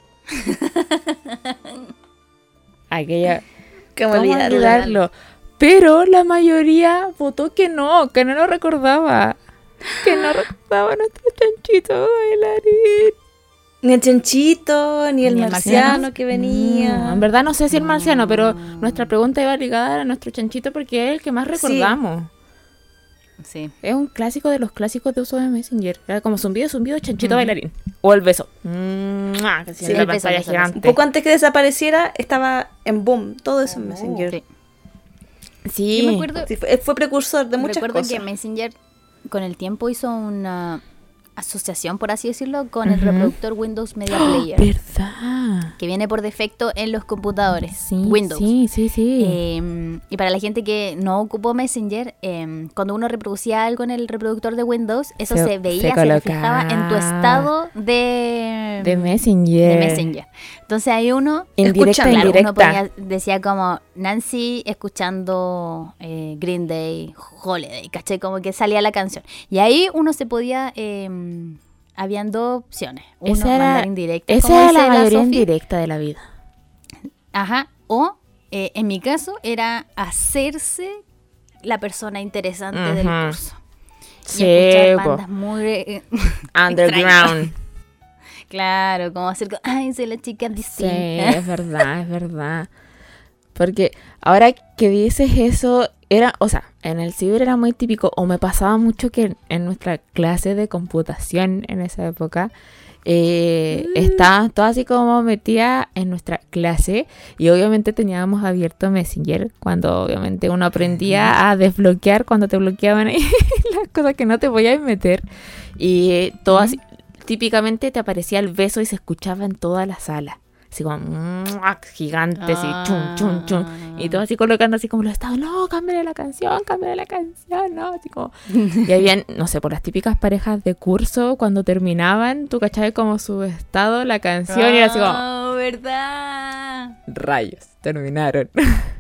Aquella... ¿Cómo ¿Cómo olvidarlo? olvidarlo? Pero la mayoría votó que no, que no lo recordaba. Que no recordaba a nuestro chanchito bailarín. Ni el chanchito, ni el Ni el marciano, marciano. que venía. No, en verdad no sé si el marciano, pero No. nuestra pregunta iba ligada a nuestro chanchito porque es el que más recordamos. Sí. Es un clásico de los clásicos de uso de Messenger. Era como zumbido, zumbido, chanchito Ujú. bailarín. O el beso. ¡Mua! Que Sí, sí, en la el beso, pantalla beso, gigante. Un poco antes que desapareciera, estaba en boom. Todo eso en Messenger. Sí. Sí. Yo me acuerdo, Sí, fue, fue precursor de muchas recuerdo cosas. que Messenger con el tiempo hizo una asociación, por así decirlo, con el Ujú. reproductor Windows Media Player, ¿Verdad? que viene por defecto en los computadores Sí, Windows. sí, sí, sí. Eh, y para la gente que no ocupó Messenger, eh, cuando uno reproducía algo en el reproductor de Windows, eso Se- se, se veía, se, colocaba. reflejaba en tu estado de, de Messenger. de Messenger. Entonces ahí uno Indirecta, claro, indirecta. uno ponía- decía como Nancy escuchando eh, Green Day, Holiday, ¿cachai? Como que salía la canción. Y ahí uno se podía... Eh, habían dos opciones. Uno, Esa era, mandar indirecta, esa como era dice la mayoría Sofi. indirecta de la vida. Ajá. O, eh, en mi caso, era hacerse la persona interesante del Ujú. curso. Y Sí, escuchar po. bandas muy... eh, Underground. claro, como hacer... co- Ay, soy la chica Sí, distinta. es verdad, es verdad. Porque ahora que dices eso, era, o sea, en el ciber era muy típico, o me pasaba mucho que en, en nuestra clase de computación en esa época, eh, mm. estaba todo así como metida en nuestra clase y obviamente teníamos abierto Messenger cuando obviamente uno aprendía a desbloquear cuando te bloqueaban ahí las cosas que no te podías meter y eh, todo así, típicamente te aparecía el beso y se escuchaba en toda la sala. Así como gigante, así, Ah. chum, chum, chum. Y todo así colocando así como los estados, no, cámbiale la canción, cámbiale la canción, no, así como. Y habían, no sé, por las típicas parejas de curso, cuando terminaban, tú cachabas como su estado, la canción, y era así como, Oh, ¿verdad? rayos, terminaron.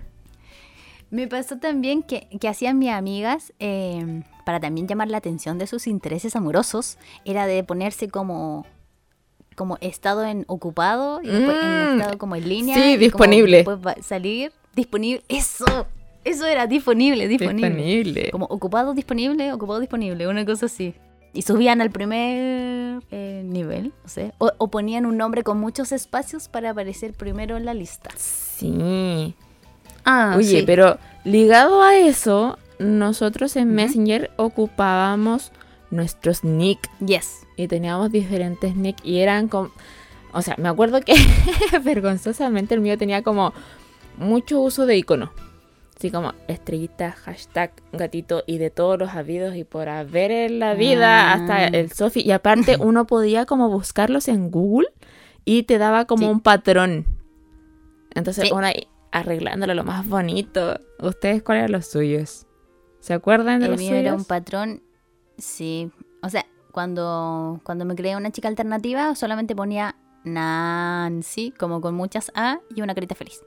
Me pasó también que, que hacían mis amigas, eh, para también llamar la atención de sus intereses amorosos, era de ponerse como... como estado en ocupado y después Mm. en estado como en línea. Sí, y como disponible. después va a salir disponible. Eso, eso era disponible, disponible. Disponible. Como ocupado, disponible, ocupado, disponible, una cosa así. Y subían al primer eh, nivel, no sé. O, o ponían un nombre con muchos espacios para aparecer primero en la lista. Sí. Ah, Oye, sí. pero ligado a eso, nosotros en Ujú. Messenger ocupábamos nuestros nick. Yes. Y teníamos diferentes nick y eran como... O sea, me acuerdo que vergonzosamente el mío tenía como mucho uso de icono. Así como estrellita, hashtag, gatito y de todos los habidos y por haber en la vida Ah. hasta el Sofi. Y aparte uno podía como buscarlos en Google y te daba como Sí. un patrón. Entonces Sí. uno ahí arreglándolo lo más bonito. ¿Ustedes cuáles eran los suyos? ¿Se acuerdan de El los mío suyos? era un patrón, sí. O sea, cuando, cuando me creé una chica alternativa, solamente ponía Nancy, como con muchas A y una carita feliz.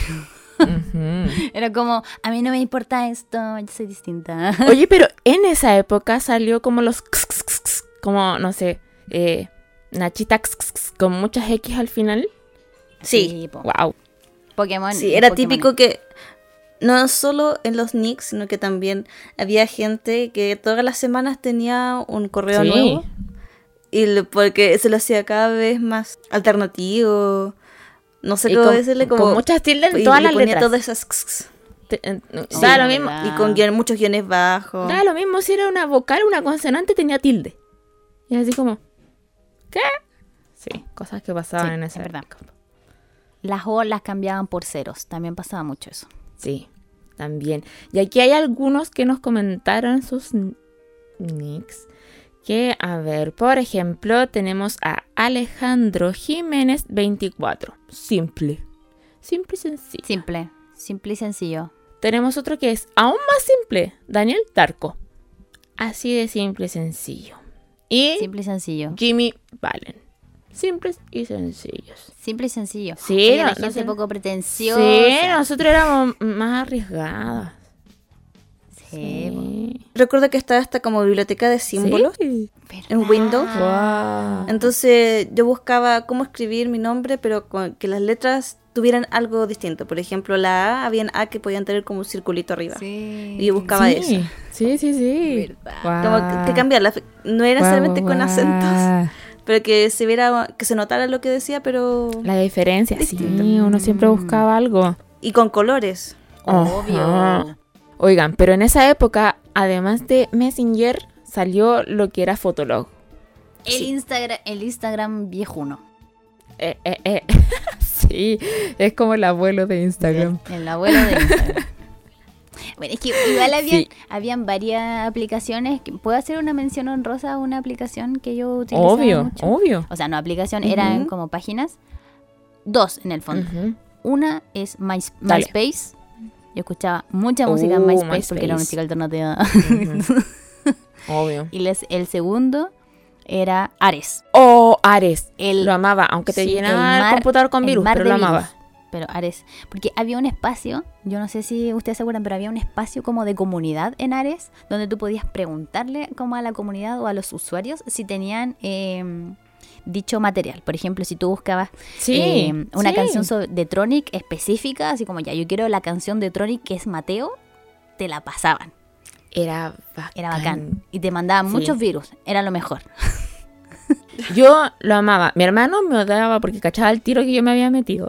Ujú. Era como, a mí no me importa esto, yo soy distinta. Oye, pero en esa época salió como los... Como, no sé, eh, Nachita con muchas X al final. Sí. po. Wow. Pokémon. Sí, era Pokémon. típico que no solo en los nicks, sino que también había gente que todas las semanas tenía un correo Sí. nuevo. Y le- porque se lo hacía cada vez más alternativo. No sé Y cómo con, decirle, como. con muchas tildes en y todas le las ponía letras. todas esas. Te- en- Sí, da lo es mismo. verdad. Y con guion- muchos guiones bajos. Da lo mismo si era una vocal, una consonante, tenía tilde. Y así como... ¿Qué? Sí, cosas que pasaban Sí, en es esa verdad. época. Las O las cambiaban por ceros. También pasaba mucho eso. Sí, también. Y aquí hay algunos que nos comentaron sus n- nicks. Que, a ver, por ejemplo, tenemos a Alejandro Jiménez veinticuatro. Simple. Simple y sencillo. Simple. Simple y sencillo. Tenemos otro que es aún más simple. Daniel Tarco. Así de simple y sencillo. Y Simple y sencillo. Jimmy Valen. Simples y sencillos. Simple y sencillo. Sí, Oye, no- la no gente sé. poco pretenciosa. Sí, nosotros éramos más arriesgadas. Sí, po. Sí. Recuerdo que estaba esta como biblioteca de símbolos Sí. en ¿Verdad? Windows. Wow. Entonces yo buscaba cómo escribir mi nombre, pero con que las letras tuvieran algo distinto. Por ejemplo, la A, habían A que podían tener como un circulito arriba. Sí. Y yo buscaba sí. eso. Sí, sí, sí. Verdad. Guau. Como que, que cambiarla. No era Guau, necesariamente guau, con guau. acentos, pero que se viera, que se notara lo que decía, pero... La diferencia, sí. Distinto. Uno siempre buscaba algo. Y con colores. Obvio. Ajá. Oigan, pero en esa época, además de Messenger, salió lo que era Fotolog. El Sí. Instagram, el Instagram viejuno. Eh, eh, eh. Sí, es como el abuelo de Instagram. El, el abuelo de Instagram. Bueno, es que igual habían, Sí. habían varias aplicaciones. que- ¿Puedo hacer una mención honrosa a una aplicación que yo utilizaba Obvio, mucho? obvio. O sea, no aplicación, eran Ujú. como páginas. Dos en el fondo. Ujú. Una es My, Dale. MySpace. Yo escuchaba mucha música en Uh, MySpace, porque era una MySpace. chica alternativa. Ujú. Obvio. Y les, el segundo era Ares. Oh, Ares. El, Lo amaba, aunque te sí, llenaba el el, mar- computador con el virus, mar pero de lo virus. amaba. Pero Ares, porque había un espacio, yo no sé si ustedes se acuerdan, pero había un espacio como de comunidad en Ares, donde tú podías preguntarle como a la comunidad o a los usuarios si tenían eh, dicho material. Por ejemplo, si tú buscabas Sí. eh, una sí. canción sobre- de Tronic específica, así como ya, yo quiero la canción de Tronic que es Mateo, te la pasaban. Era bacán. Era bacán. Y te mandaban Sí. muchos virus, era lo mejor. Yo lo amaba. Mi hermano me odiaba porque cachaba el tiro que yo me había metido.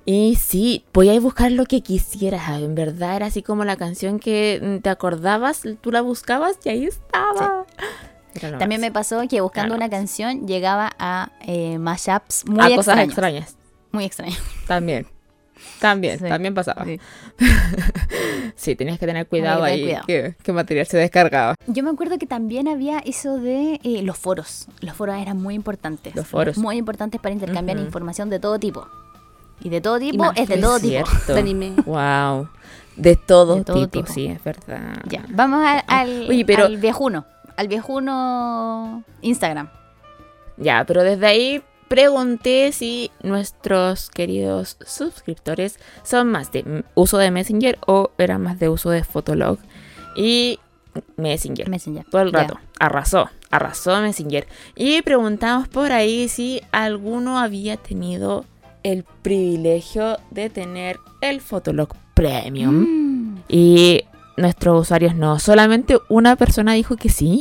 Y sí, podías buscar lo que quisieras. En verdad era así como la canción que te acordabas, tú la buscabas y ahí estaba. Era lo También me máximo. pasó que buscando Era lo una canción llegaba a eh, mashups muy A extraños. cosas extrañas. Muy extraños. También. También, Sí, también pasaba. sí. Sí, tenías que tener cuidado Hay que ahí. tener cuidado. Que, que material se descargaba. Yo me acuerdo que también había eso de eh, los foros. Los foros eran muy importantes. Los foros. Muy importantes para intercambiar Ujú. información de todo tipo. Y de todo tipo más es de es todo tipo. Cierto. De anime. Wow. De todo, De todo tipo, tipo. sí, es verdad. Ya, vamos a- al, Oye, pero- al viejuno. Al viejuno Instagram. Ya, pero desde ahí pregunté si nuestros queridos suscriptores son más de m- uso de Messenger o eran más de uso de Fotolog. Y Messenger. Messenger. Todo el Ya. rato. Arrasó. Arrasó Messenger. Y preguntamos por ahí si alguno había tenido el privilegio de tener el Fotolog Premium. Mm. Y nuestros usuarios no. Solamente una persona dijo que sí.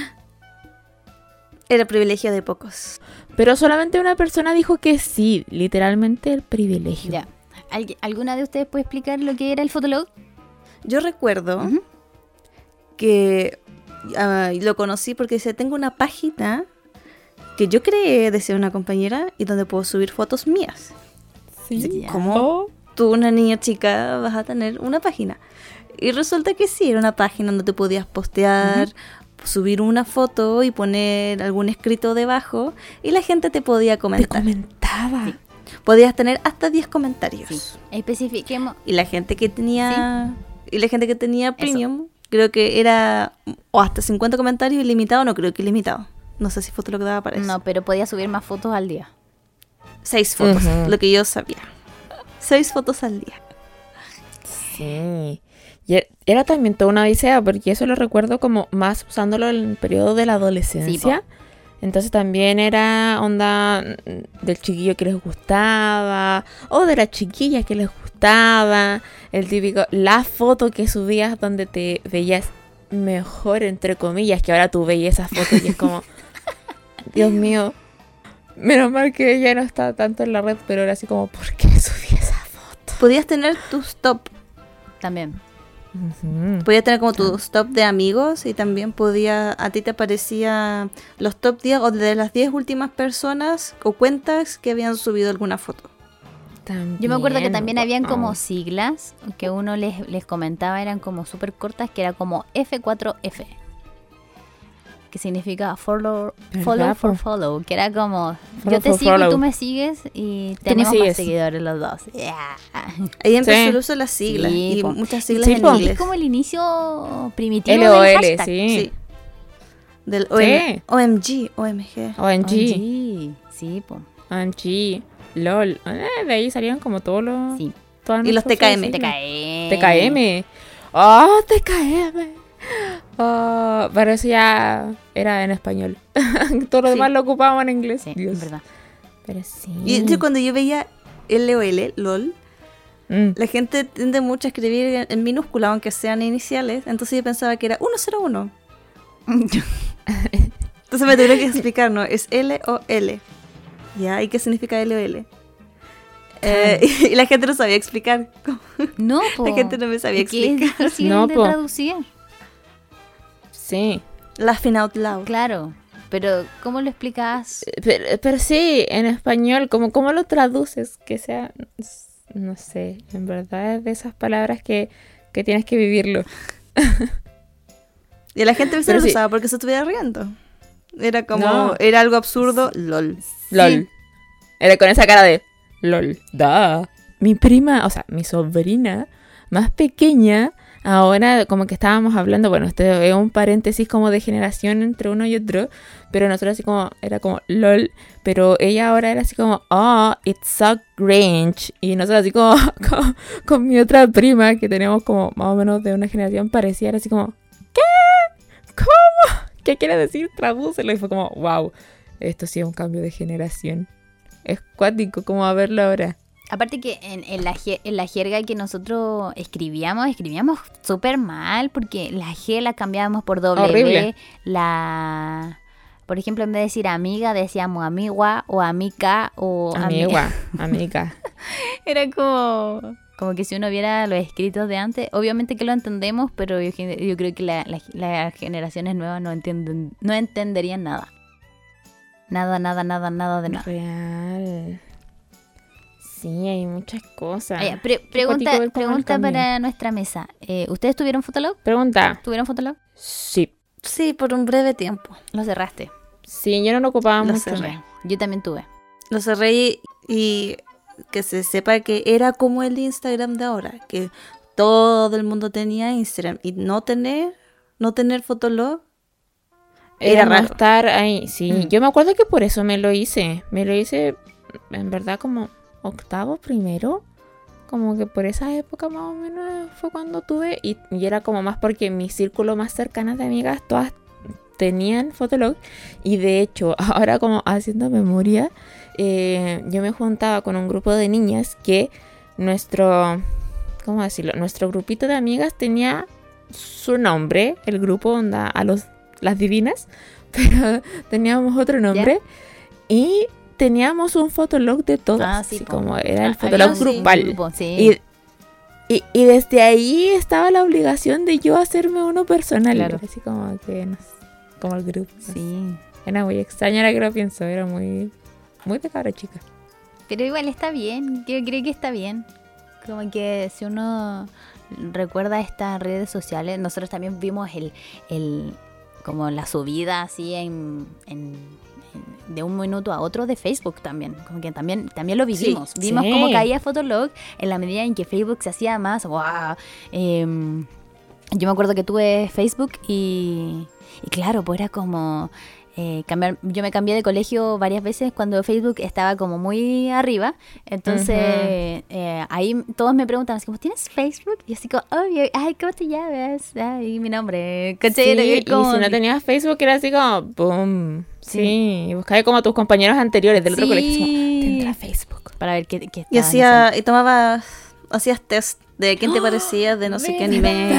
Era privilegio de pocos. Pero solamente una persona dijo que sí. Literalmente el privilegio. Ya. ¿Algu- ¿Alguna de ustedes puede explicar lo que era el Fotolog? Yo recuerdo Ujú. que ah, lo conocí porque decía, tengo una página que yo creé de ser una compañera y donde puedo subir fotos mías. Sí. Ya. ¿Cómo Oh. tú, una niña chica, vas a tener una página? Y resulta que sí, era una página donde te podías postear, subir una foto y poner algún escrito debajo y la gente te podía Te comentar. comentaba. Podías tener hasta diez comentarios. Sí. Especifiquemos. Y la gente que tenía y la gente que tenía premium, creo que era o hasta cincuenta comentarios ilimitado, no creo que ilimitado. No sé si foto lo que daba para eso. No, pero podía subir más fotos al día. Seis fotos, Ujú. lo que yo sabía. Seis fotos al día. Sí. Y e- era también toda una odisea, porque eso lo recuerdo como más usándolo en el periodo de la adolescencia. Entonces también era onda mm, del chiquillo que les gustaba, o de la chiquilla que les gustaba. El típico, la foto que subías donde te veías mejor, entre comillas, que ahora tú veías esas fotos y es como, Dios mío, menos mal que ya no está tanto en la red, pero era así como, ¿por qué subí esa foto? Podías tener tus top. También. Ujú. Podías tener como tus top de amigos y también podía, a ti te aparecía los top diez o de las diez últimas personas o cuentas que habían subido alguna foto. Yo me acuerdo que también habían wow. como siglas que uno les, les comentaba, eran como súper cortas, que era como F cuatro F. Que significa follow, ¿Verdad, follow for po? follow. Que era como, Follow yo te for sigo y follow. tú me sigues y me tenemos más sigues. seguidores los dos. Yeah. Ahí empezó Sí. el uso de las siglas Sí, y po. muchas siglas Sí, en po. Es inglés. como el inicio primitivo L del O L, hashtag. sí. Sí. Del Sí. O M O M G, O M G. O M G. O M G. Sí, po. O M G. LOL. Eh, de ahí salían como todos los... Sí. todas Y los nuestras T K M. siglas. T K M. T K M. ¡Oh, T K M! Oh, pero eso ya era en español. Todo lo Sí. demás lo ocupábamos en inglés. Sí, Dios. es verdad. Pero sí. Y yo cuando yo veía L O L, LOL, Mm. la gente tiende mucho a escribir en, en minúscula, aunque sean iniciales. Entonces yo pensaba que era ciento uno. Entonces me tuvieron que explicar, ¿no? Es L O L. ¿Ya? ¿Y qué significa L O L? Eh, y la gente no sabía explicar. No, po. La gente no me sabía Es que es explicar. difícil No, de po. traducir. Sí. Laughing out loud. Claro. Pero, ¿cómo lo explicas? Pero, pero sí, en español, ¿cómo, ¿cómo lo traduces? Que sea... No sé, en verdad es de esas palabras que, que tienes que vivirlo. Y la gente se Pero lo sí. usaba porque se estuviera riendo. Era como, No. era algo absurdo, lol. LOL. Sí. Era con esa cara de LOL. Da. Mi prima, o sea, mi sobrina más pequeña, ahora como que estábamos hablando, bueno, este es un paréntesis como de generación entre uno y otro, pero nosotros así como, era como LOL, pero ella ahora era así como, oh, it's so cringe. Y nosotros así como, con, con mi otra prima, que tenemos como más o menos de una generación parecida, era así como, ¿qué? ¿Cómo? ¿Qué quiere decir? Tradúcelo. Y fue como, wow, esto sí es un cambio de generación. Es cuático como a verlo ahora. Aparte que en, en, la, je- en la jerga que nosotros escribíamos, escribíamos súper mal, porque la G la cambiábamos por W, Horrible. la Por ejemplo, en vez de decir amiga, decíamos amigua o amica o... ami- Amiga, amiga. Era como... Como que si uno viera los escritos de antes, obviamente que lo entendemos, pero yo, gen- yo creo que la- la- las generaciones nuevas no entienden, no entenderían nada. Nada, nada, nada, nada de nada. Real. Sí, hay muchas cosas. Ah, ya, pre- Qué pregunta cuático ver cómo el pregunta cambio. para nuestra mesa. Eh, ¿Ustedes tuvieron Fotolog? Pregunta. ¿Tuvieron Fotolog? Sí. Sí, por un breve tiempo. Lo cerraste. Sí, yo no lo ocupaba Lo mucho. cerré. Yo también tuve. Lo cerré y, y que se sepa que era como el Instagram de ahora, que todo el mundo tenía Instagram y no tener, no tener Fotolog Era era no raro. estar ahí. Sí, Mm. yo me acuerdo que por eso me lo hice. Me lo hice, en verdad, como octavo primero. Como que por esa época más o menos fue cuando tuve. Y, y era como más porque mi círculo más cercano de amigas todas tenían Fotolog. Y de hecho, ahora como haciendo memoria, eh, yo me juntaba con un grupo de niñas que nuestro, ¿cómo decirlo? Nuestro grupito de amigas tenía su nombre, el grupo onda a los las divinas, pero teníamos otro nombre y teníamos un Fotolog de todas, Ah, sí, así po. como era el Ah, Fotolog había un grupal. grupo, sí. Y, y, y desde ahí estaba la obligación de yo hacerme uno personal, Claro. así como que no sé, como el grupo. no sé. Sí. Era muy extraño ahora que lo pienso, era muy, muy de cabra chica. Pero igual está bien, yo creo que está bien. Como que si uno recuerda estas redes sociales, nosotros también vimos el, el como la subida así en, en- en- de un minuto a otro de Facebook también. Como que también, también lo vivimos. Sí, Vimos sí. cómo caía Fotolog en la medida en que Facebook se hacía más. ¡Wow! Em, yo me acuerdo que tuve Facebook y, y claro, pues era como... eh, cambiar, yo me cambié de colegio varias veces cuando Facebook estaba como muy arriba. Entonces, Ujú. eh, ahí todos me preguntan así como, ¿tienes Facebook? Y yo así como, obvio, ay, ¿cómo te llamas? Ay, mi nombre. ¿Cachai? Sí, Era y como- si no tenías Facebook era así como, boom. Sí. Sí, y buscabas como a tus compañeros anteriores del otro Sí. colegio. así como, ¿tendrá Facebook? Para ver qué, qué Y estaban hacía, y tomabas, hacías test de quién te parecía, de no sé qué anime.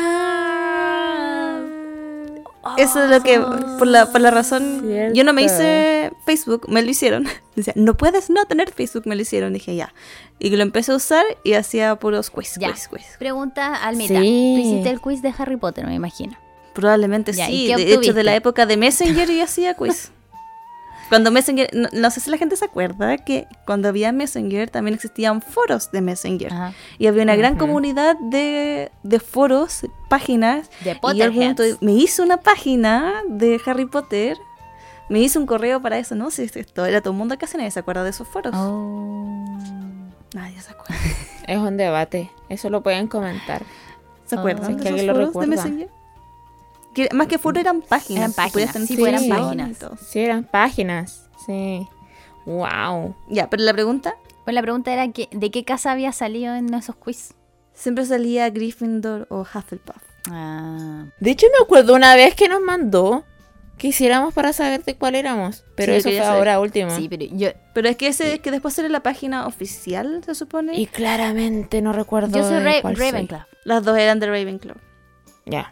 Eso es lo que, por la, por la razón, yo no me hice Facebook, me lo hicieron. Decía, no puedes no tener Facebook, me lo hicieron. Dije, ya. Y lo empecé a usar y hacía puros quiz, Ya. quiz, quiz. Pregunta, Almita. Sí. Tú hiciste el quiz de Harry Potter, me imagino. Probablemente Ya, ¿y sí. qué De hecho, de obtuviste? la época de Messenger yo hacía quiz. Cuando Messenger, no, no sé si la gente se acuerda que cuando había Messenger también existían foros de Messenger. Ajá. Y había una gran Ujú. comunidad de, de foros, páginas. De Y yo algún momento Potterheads. me hice una página de Harry Potter. Me hice un correo para eso, ¿no? Si esto era todo el mundo, casi nadie se acuerda de esos foros. Oh. Nadie se acuerda. Es un debate, eso lo pueden comentar. ¿Se Oh. acuerdan Si es de que esos alguien lo foros de recuerda. Messenger? Que, más que foros eran páginas. Eran que podías páginas, tener sí, pues, eran secciones páginas. y todo. Sí, eran páginas, sí. Wow. Ya, pero la pregunta, Pues la pregunta era que, ¿de qué casa había salido en esos quiz? siempre salía Gryffindor o Hufflepuff. Ah, De hecho, me acuerdo una vez que nos mandó que hiciéramos para saber de cuál éramos. Pero Sí, yo eso fue quería saber. ahora último. sí, pero yo, Pero es que ese que después sale la página oficial, se supone. Y claramente no recuerdo. yo soy de Ra- cuál soy. Ravenclaw. Las dos eran de Ravenclaw. Ya.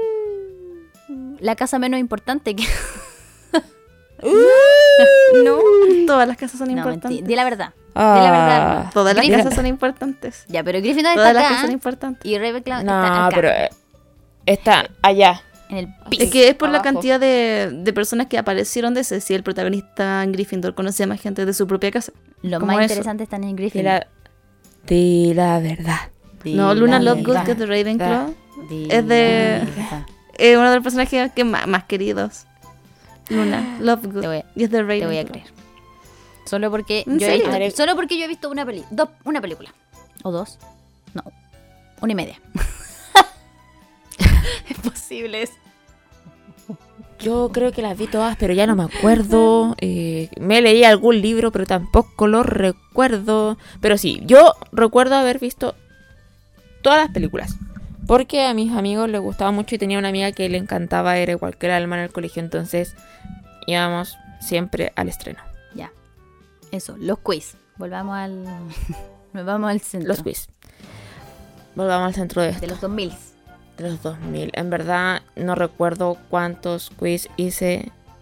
La casa menos importante que... No, todas las casas son No, importantes. mentira. Di la verdad. Ah. Di la verdad. Todas las Gryffindor. casas son importantes. Ya, pero Gryffindor Todas está las acá. casas son importantes. Y Ravenclaw está No, acá. pero eh, está allá. En el piso. Es que es por la abajo. cantidad de, de personas que aparecieron de ese. Si el protagonista en Gryffindor conocía más gente de su propia casa. Los como más eso. interesantes están en De Gryffindor. la, de la verdad. Di No, Luna la Lovegood, verdad. que es de Ravenclaw, Di es de- la verdad. es uno de los personajes que más, más queridos. Luna Lovegood. Te voy a- Y es de Te Ravenclaw. voy a creer. Solo porque ¿En yo he serio? visto, solo porque yo he visto una peli, dos, una película o dos, no, una y media. Es posible eso. Yo creo que las vi todas, pero ya no me acuerdo. Eh, me leí algún libro, pero tampoco lo recuerdo. Pero sí, yo recuerdo haber visto todas las películas. Porque a mis amigos les gustaba mucho y tenía una amiga que le encantaba Era cualquier alma en el colegio. Entonces íbamos siempre al estreno. Ya, eso, los quiz. Volvamos al, volvamos al centro. Los quiz. Volvamos al centro de, De los dos mil. de los dos mil. En verdad no recuerdo cuántos quiz hice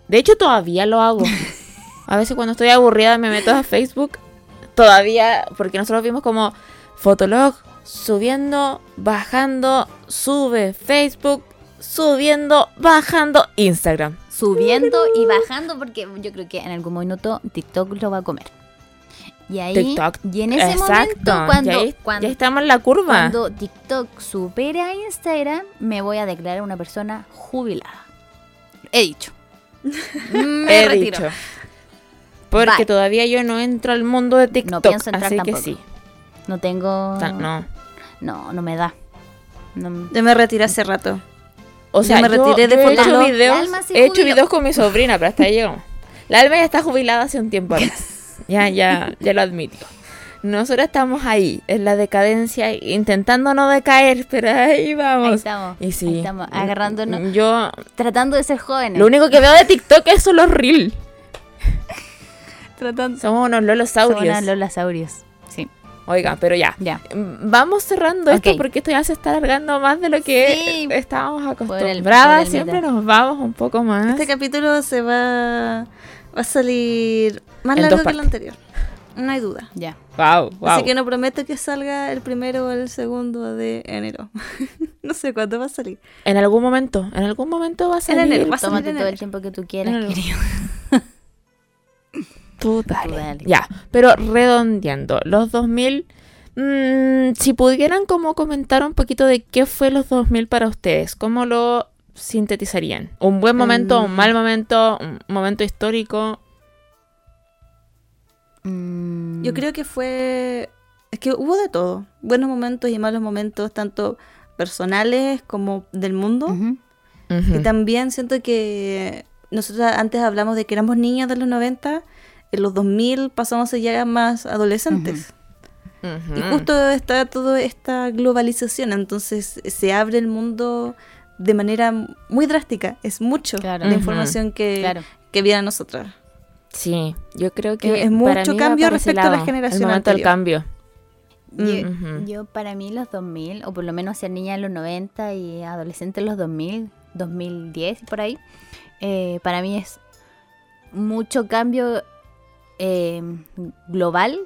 De hecho, todavía lo hago. A veces cuando estoy aburrida me meto a Facebook. Todavía, porque nosotros vimos como Fotolog subiendo, bajando, sube Facebook, subiendo, bajando Instagram. Subiendo y bajando porque yo creo que en algún minuto TikTok lo va a comer. Y ahí, TikTok. y en ese Exacto. momento, cuando, ya, ahí- cuando, ya estamos en la curva. cuando TikTok supere a Instagram, me voy a declarar una persona jubilada. He dicho. Me He retiro. dicho. Porque Bye. todavía yo no entro al mundo de TikTok. No pienso entrar así tampoco. que sí. No tengo... O sea, no. No, no me da. No- Yo me retiré hace rato. O sea, Yo me yo, retiré de yo he hecho Fotolog. videos, La Alma se he hecho jubiló. videos con mi sobrina, pero hasta ahí llegamos. La Alma ya está jubilada hace un tiempo atrás. Ya, ya, ya lo admitió. Nosotros estamos ahí, en la decadencia, intentando no decaer, pero ahí vamos. Ahí estamos. Y sí. Ahí estamos, agarrándonos. Yo, Tratando de ser jóvenes. lo único que veo de TikTok es son los reels. Tratando... Somos unos Somos lolosaurios. unas lolasaurios. Sí, Oiga, pero ya. ya. Vamos cerrando esto Ok. porque esto ya se está alargando más de lo que Sí. estábamos Por el- acostumbradas. por el Siempre meta. nos vamos un poco más. Este capítulo se va, va a salir más En largo dos que el partes. anterior. No hay duda. Ya. Wow, wow. Así que no prometo que salga el primero o el segundo de enero. No sé cuándo va a salir. En algún momento, en algún momento va a salir. enero, va a salir Tómate en todo el enero. tiempo que tú quieras, No, no. querido. Tú dale. Tú dale. Ya, pero redondeando, los dos mil, mmm, si pudieran como comentar un poquito de qué fue los dos mil para ustedes, ¿cómo lo sintetizarían? ¿Un buen momento, un Mm. mal momento, un momento histórico? Mm, Yo creo que fue... Es que hubo de todo. Buenos momentos y malos momentos, tanto personales como del mundo. ujú. Ujú. Y también siento que nosotros antes hablamos de que éramos niñas de los noventa. En los dos mil pasamos a ser ya más adolescentes. Ujú. Y justo está toda esta globalización. Entonces se abre el mundo de manera muy drástica. Es mucho Claro. la Ujú. información que, Claro. que viene a nosotras. Sí, yo creo que Es para mucho mí va cambio por ese respecto a la lado, generación el momento del anterior. cambio. Yo, Ujú. yo para mí los dos mil, o por lo menos ser niña en los noventa y adolescente en los dos mil, dos mil diez, por ahí, eh, para mí es mucho cambio eh, global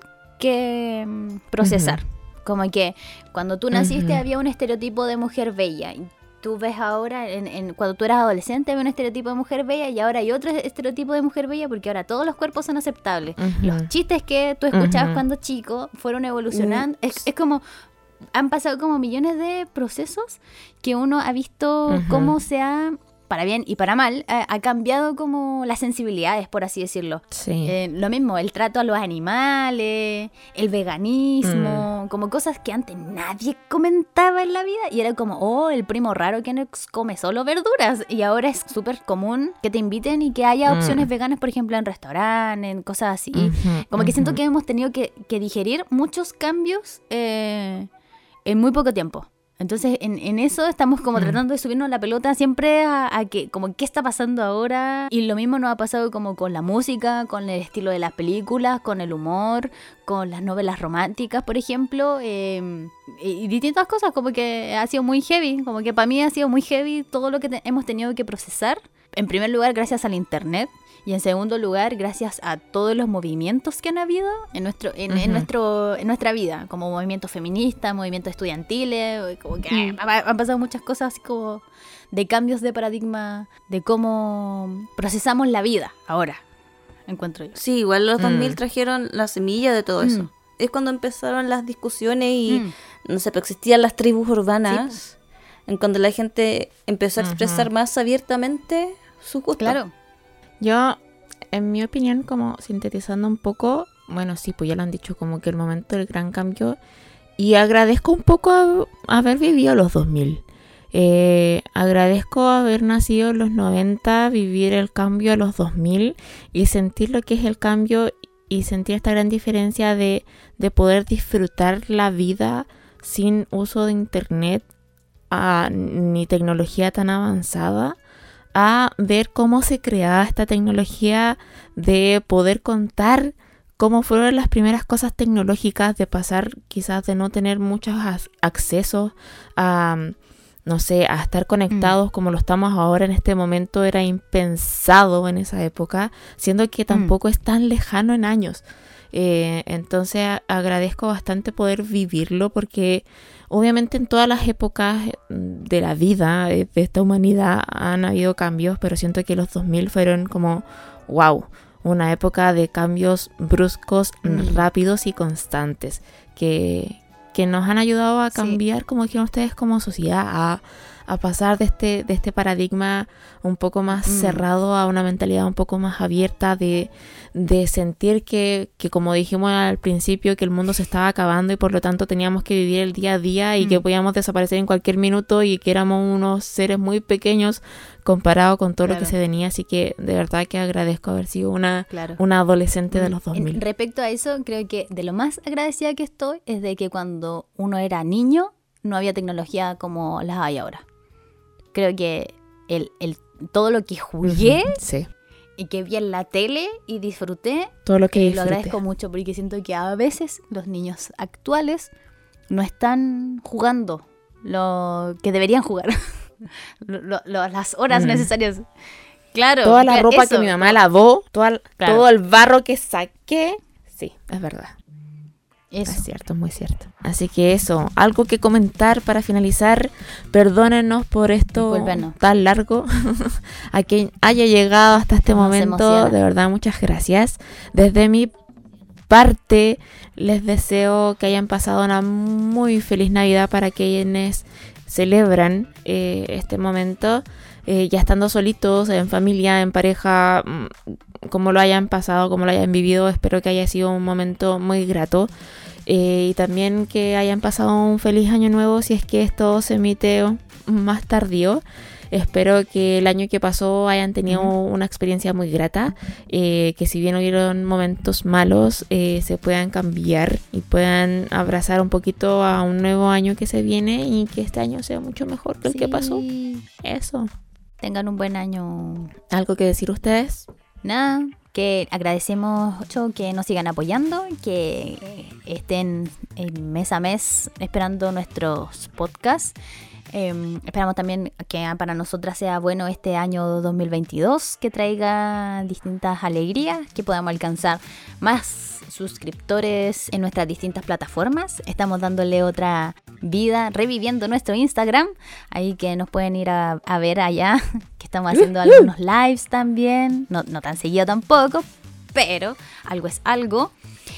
que mm, procesar. Como que cuando tú naciste Ujú. había un estereotipo de mujer bella. Y tú ves ahora, en, en- cuando tú eras adolescente había un estereotipo de mujer bella y ahora hay otro estereotipo de mujer bella porque ahora todos los cuerpos son aceptables. Ujú. Los chistes que tú escuchabas Ujú. cuando chico fueron evolucionando. Mm. Es, es como, han pasado como millones de procesos que uno ha visto Ujú. cómo se ha, para bien y para mal, ha, ha cambiado como las sensibilidades, por así decirlo. Sí. Eh, lo mismo, el trato a los animales, el veganismo, como cosas que antes nadie comentaba en la vida y era como, oh, el primo raro que no ex- come solo verduras y ahora es súper común que te inviten y que haya Mm. opciones veganas, por ejemplo, en restaurantes, en cosas así. Ujú, Como que siento ujú. que hemos tenido que, que digerir muchos cambios eh, en muy poco tiempo. Entonces, en, en eso estamos como Mm. tratando de subirnos la pelota siempre a, a que, como, ¿qué está pasando ahora? Y lo mismo nos ha pasado como con la música, con el estilo de las películas, con el humor, con las novelas románticas, por ejemplo, eh, y, y distintas cosas, como que ha sido muy heavy, como que para mí ha sido muy heavy todo lo que te- hemos tenido que procesar. En primer lugar, gracias al internet. Y en segundo lugar, gracias a todos los movimientos que han habido en nuestro, en, en Ujú. nuestro, en nuestra vida, como movimientos feministas, movimientos estudiantiles, como que Mm. ha- han pasado muchas cosas así como de cambios de paradigma, de cómo procesamos la vida ahora, encuentro yo. Sí, igual los dos mil Mm. trajeron la semilla de todo eso. Mm. Es cuando empezaron las discusiones y, Mm. no sé, pero existían las tribus Sí, urbanas, en cuando la gente empezó a expresar Ujú. más abiertamente sus gustos. Claro. Yo, en mi opinión, como sintetizando un poco, bueno, sí, pues ya lo han dicho, como que el momento del gran cambio. Y agradezco un poco a- haber vivido los dos mil. Eh, agradezco haber nacido en los noventa, vivir el cambio a los dos mil y sentir lo que es el cambio y sentir esta gran diferencia de, de poder disfrutar la vida sin uso de internet ah, ni tecnología tan avanzada, a ver cómo se creaba esta tecnología, de poder contar cómo fueron las primeras cosas tecnológicas, de pasar quizás de no tener muchos as- accesos a, no sé, a estar conectados mm. como lo estamos ahora en este momento era impensado en esa época, siendo que tampoco mm. es tan lejano en años. Eh, entonces a- agradezco bastante poder vivirlo, porque obviamente en todas las épocas de la vida de esta humanidad han habido cambios, pero siento que los dos mil fueron como wow, una época de cambios bruscos, mm. rápidos y constantes que, que nos han ayudado a cambiar, sí. como dijeron ustedes, como sociedad, a, a pasar de este, de este paradigma un poco más mm. cerrado a una mentalidad un poco más abierta de, de sentir que, que, como dijimos al principio, que el mundo se estaba acabando y por lo tanto teníamos que vivir el día a día y mm. que podíamos desaparecer en cualquier minuto y que éramos unos seres muy pequeños comparado con todo claro. lo que se venía. Así que de verdad que agradezco haber sido una, claro. una adolescente de los dos mil. En, respecto a eso, creo que de lo más agradecida que estoy es de que cuando uno era niño no había tecnología como las hay ahora. Creo que el, el, todo lo que jugué uh-huh, sí. y que vi en la tele y disfruté, todo lo que disfruté. Lo agradezco mucho, porque siento que a veces los niños actuales no están jugando lo que deberían jugar, lo, lo, lo, las horas mm. necesarias. Claro, toda la ropa eso. que mi mamá lavó, toda, claro. todo el barro que saqué, sí, es verdad. Eso. Es cierto, muy cierto. Así que eso, algo que comentar para finalizar. Perdónenos por esto Disculpenos. tan largo. A quien haya llegado hasta este Nos momento, emociona. De verdad, muchas gracias. Desde mi parte, les deseo que hayan pasado una muy feliz Navidad para quienes celebran eh, este momento. Eh, ya estando solitos, en familia, en pareja, como lo hayan pasado, como lo hayan vivido, espero que haya sido un momento muy grato. Eh, y también que hayan pasado un feliz año nuevo si es que esto se emite más tardío. Espero que el año que pasó hayan tenido uh-huh. una experiencia muy grata, eh, que si bien hubieron momentos malos, eh, se puedan cambiar y puedan abrazar un poquito a un nuevo año que se viene y que este año sea mucho mejor que el sí. que pasó. Eso. Tengan un buen año. ¿Algo que decir ustedes? Nada, que agradecemos mucho que nos sigan apoyando, que estén mes a mes esperando nuestros podcasts. Eh, esperamos también que para nosotras sea bueno este año dos mil veintidós, que traiga distintas alegrías, que podamos alcanzar más suscriptores en nuestras distintas plataformas. Estamos dándole otra vida, reviviendo nuestro Instagram, ahí que nos pueden ir a, a ver allá, que estamos haciendo algunos lives también, no, no tan seguido tampoco, pero algo es algo.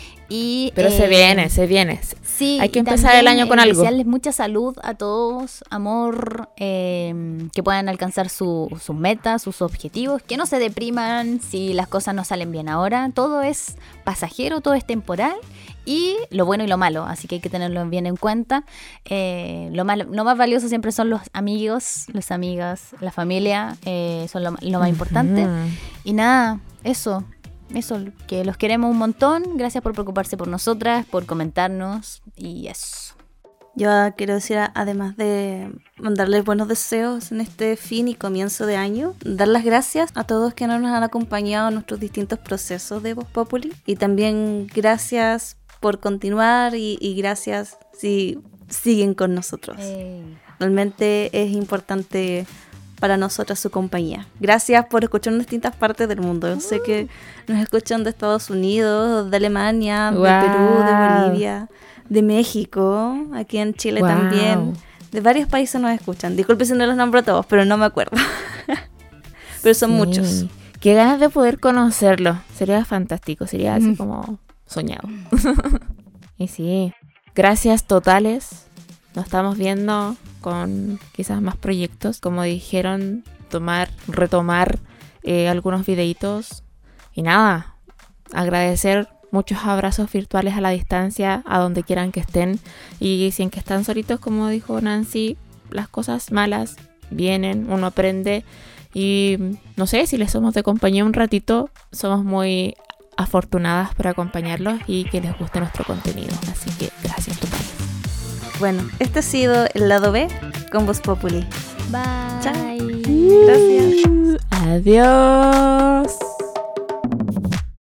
Y, pero eh, se viene, se viene. Sí, hay que empezar el año con eh, algo. Desearles mucha salud a todos, amor, eh, que puedan alcanzar su, sus metas, sus objetivos, que no se depriman si las cosas no salen bien ahora. Todo es pasajero, todo es temporal, y lo bueno y lo malo, así que hay que tenerlo bien en cuenta. Eh, lo, malo, lo más valioso siempre son los amigos, las amigas, la familia, eh, son lo, lo más importante. Uh-huh. Y nada, eso. Eso, que los queremos un montón. Gracias por preocuparse por nosotras, por comentarnos y eso. Yo quiero decir, además de mandarles buenos deseos en este fin y comienzo de año, dar las gracias a todos que nos han acompañado en nuestros distintos procesos de Voz Populi. Y también gracias por continuar y, y gracias si siguen con nosotros. Hey. Realmente es importante para nosotras su compañía. Gracias por escucharnos en distintas partes del mundo. Yo uh. sé que nos escuchan de Estados Unidos, de Alemania, wow. de Perú, de Bolivia, de México, aquí en Chile wow. también. De varios países nos escuchan. Disculpe si no los nombro a todos, pero no me acuerdo. Pero son sí. muchos. Qué ganas de poder conocerlos. Sería fantástico, sería así mm. como soñado. Y sí, gracias totales. Nos estamos viendo con quizás más proyectos, como dijeron, tomar, retomar eh, algunos videitos y nada, agradecer muchos abrazos virtuales a la distancia, a donde quieran que estén, y si en que están solitos, como dijo Nancy, las cosas malas vienen, uno aprende y no sé, si les somos de compañía un ratito, somos muy afortunadas por acompañarlos y que les guste nuestro contenido, así que gracias totales. Bueno, este ha sido el lado B con Voz Populi. Bye. Chao. Gracias. Adiós.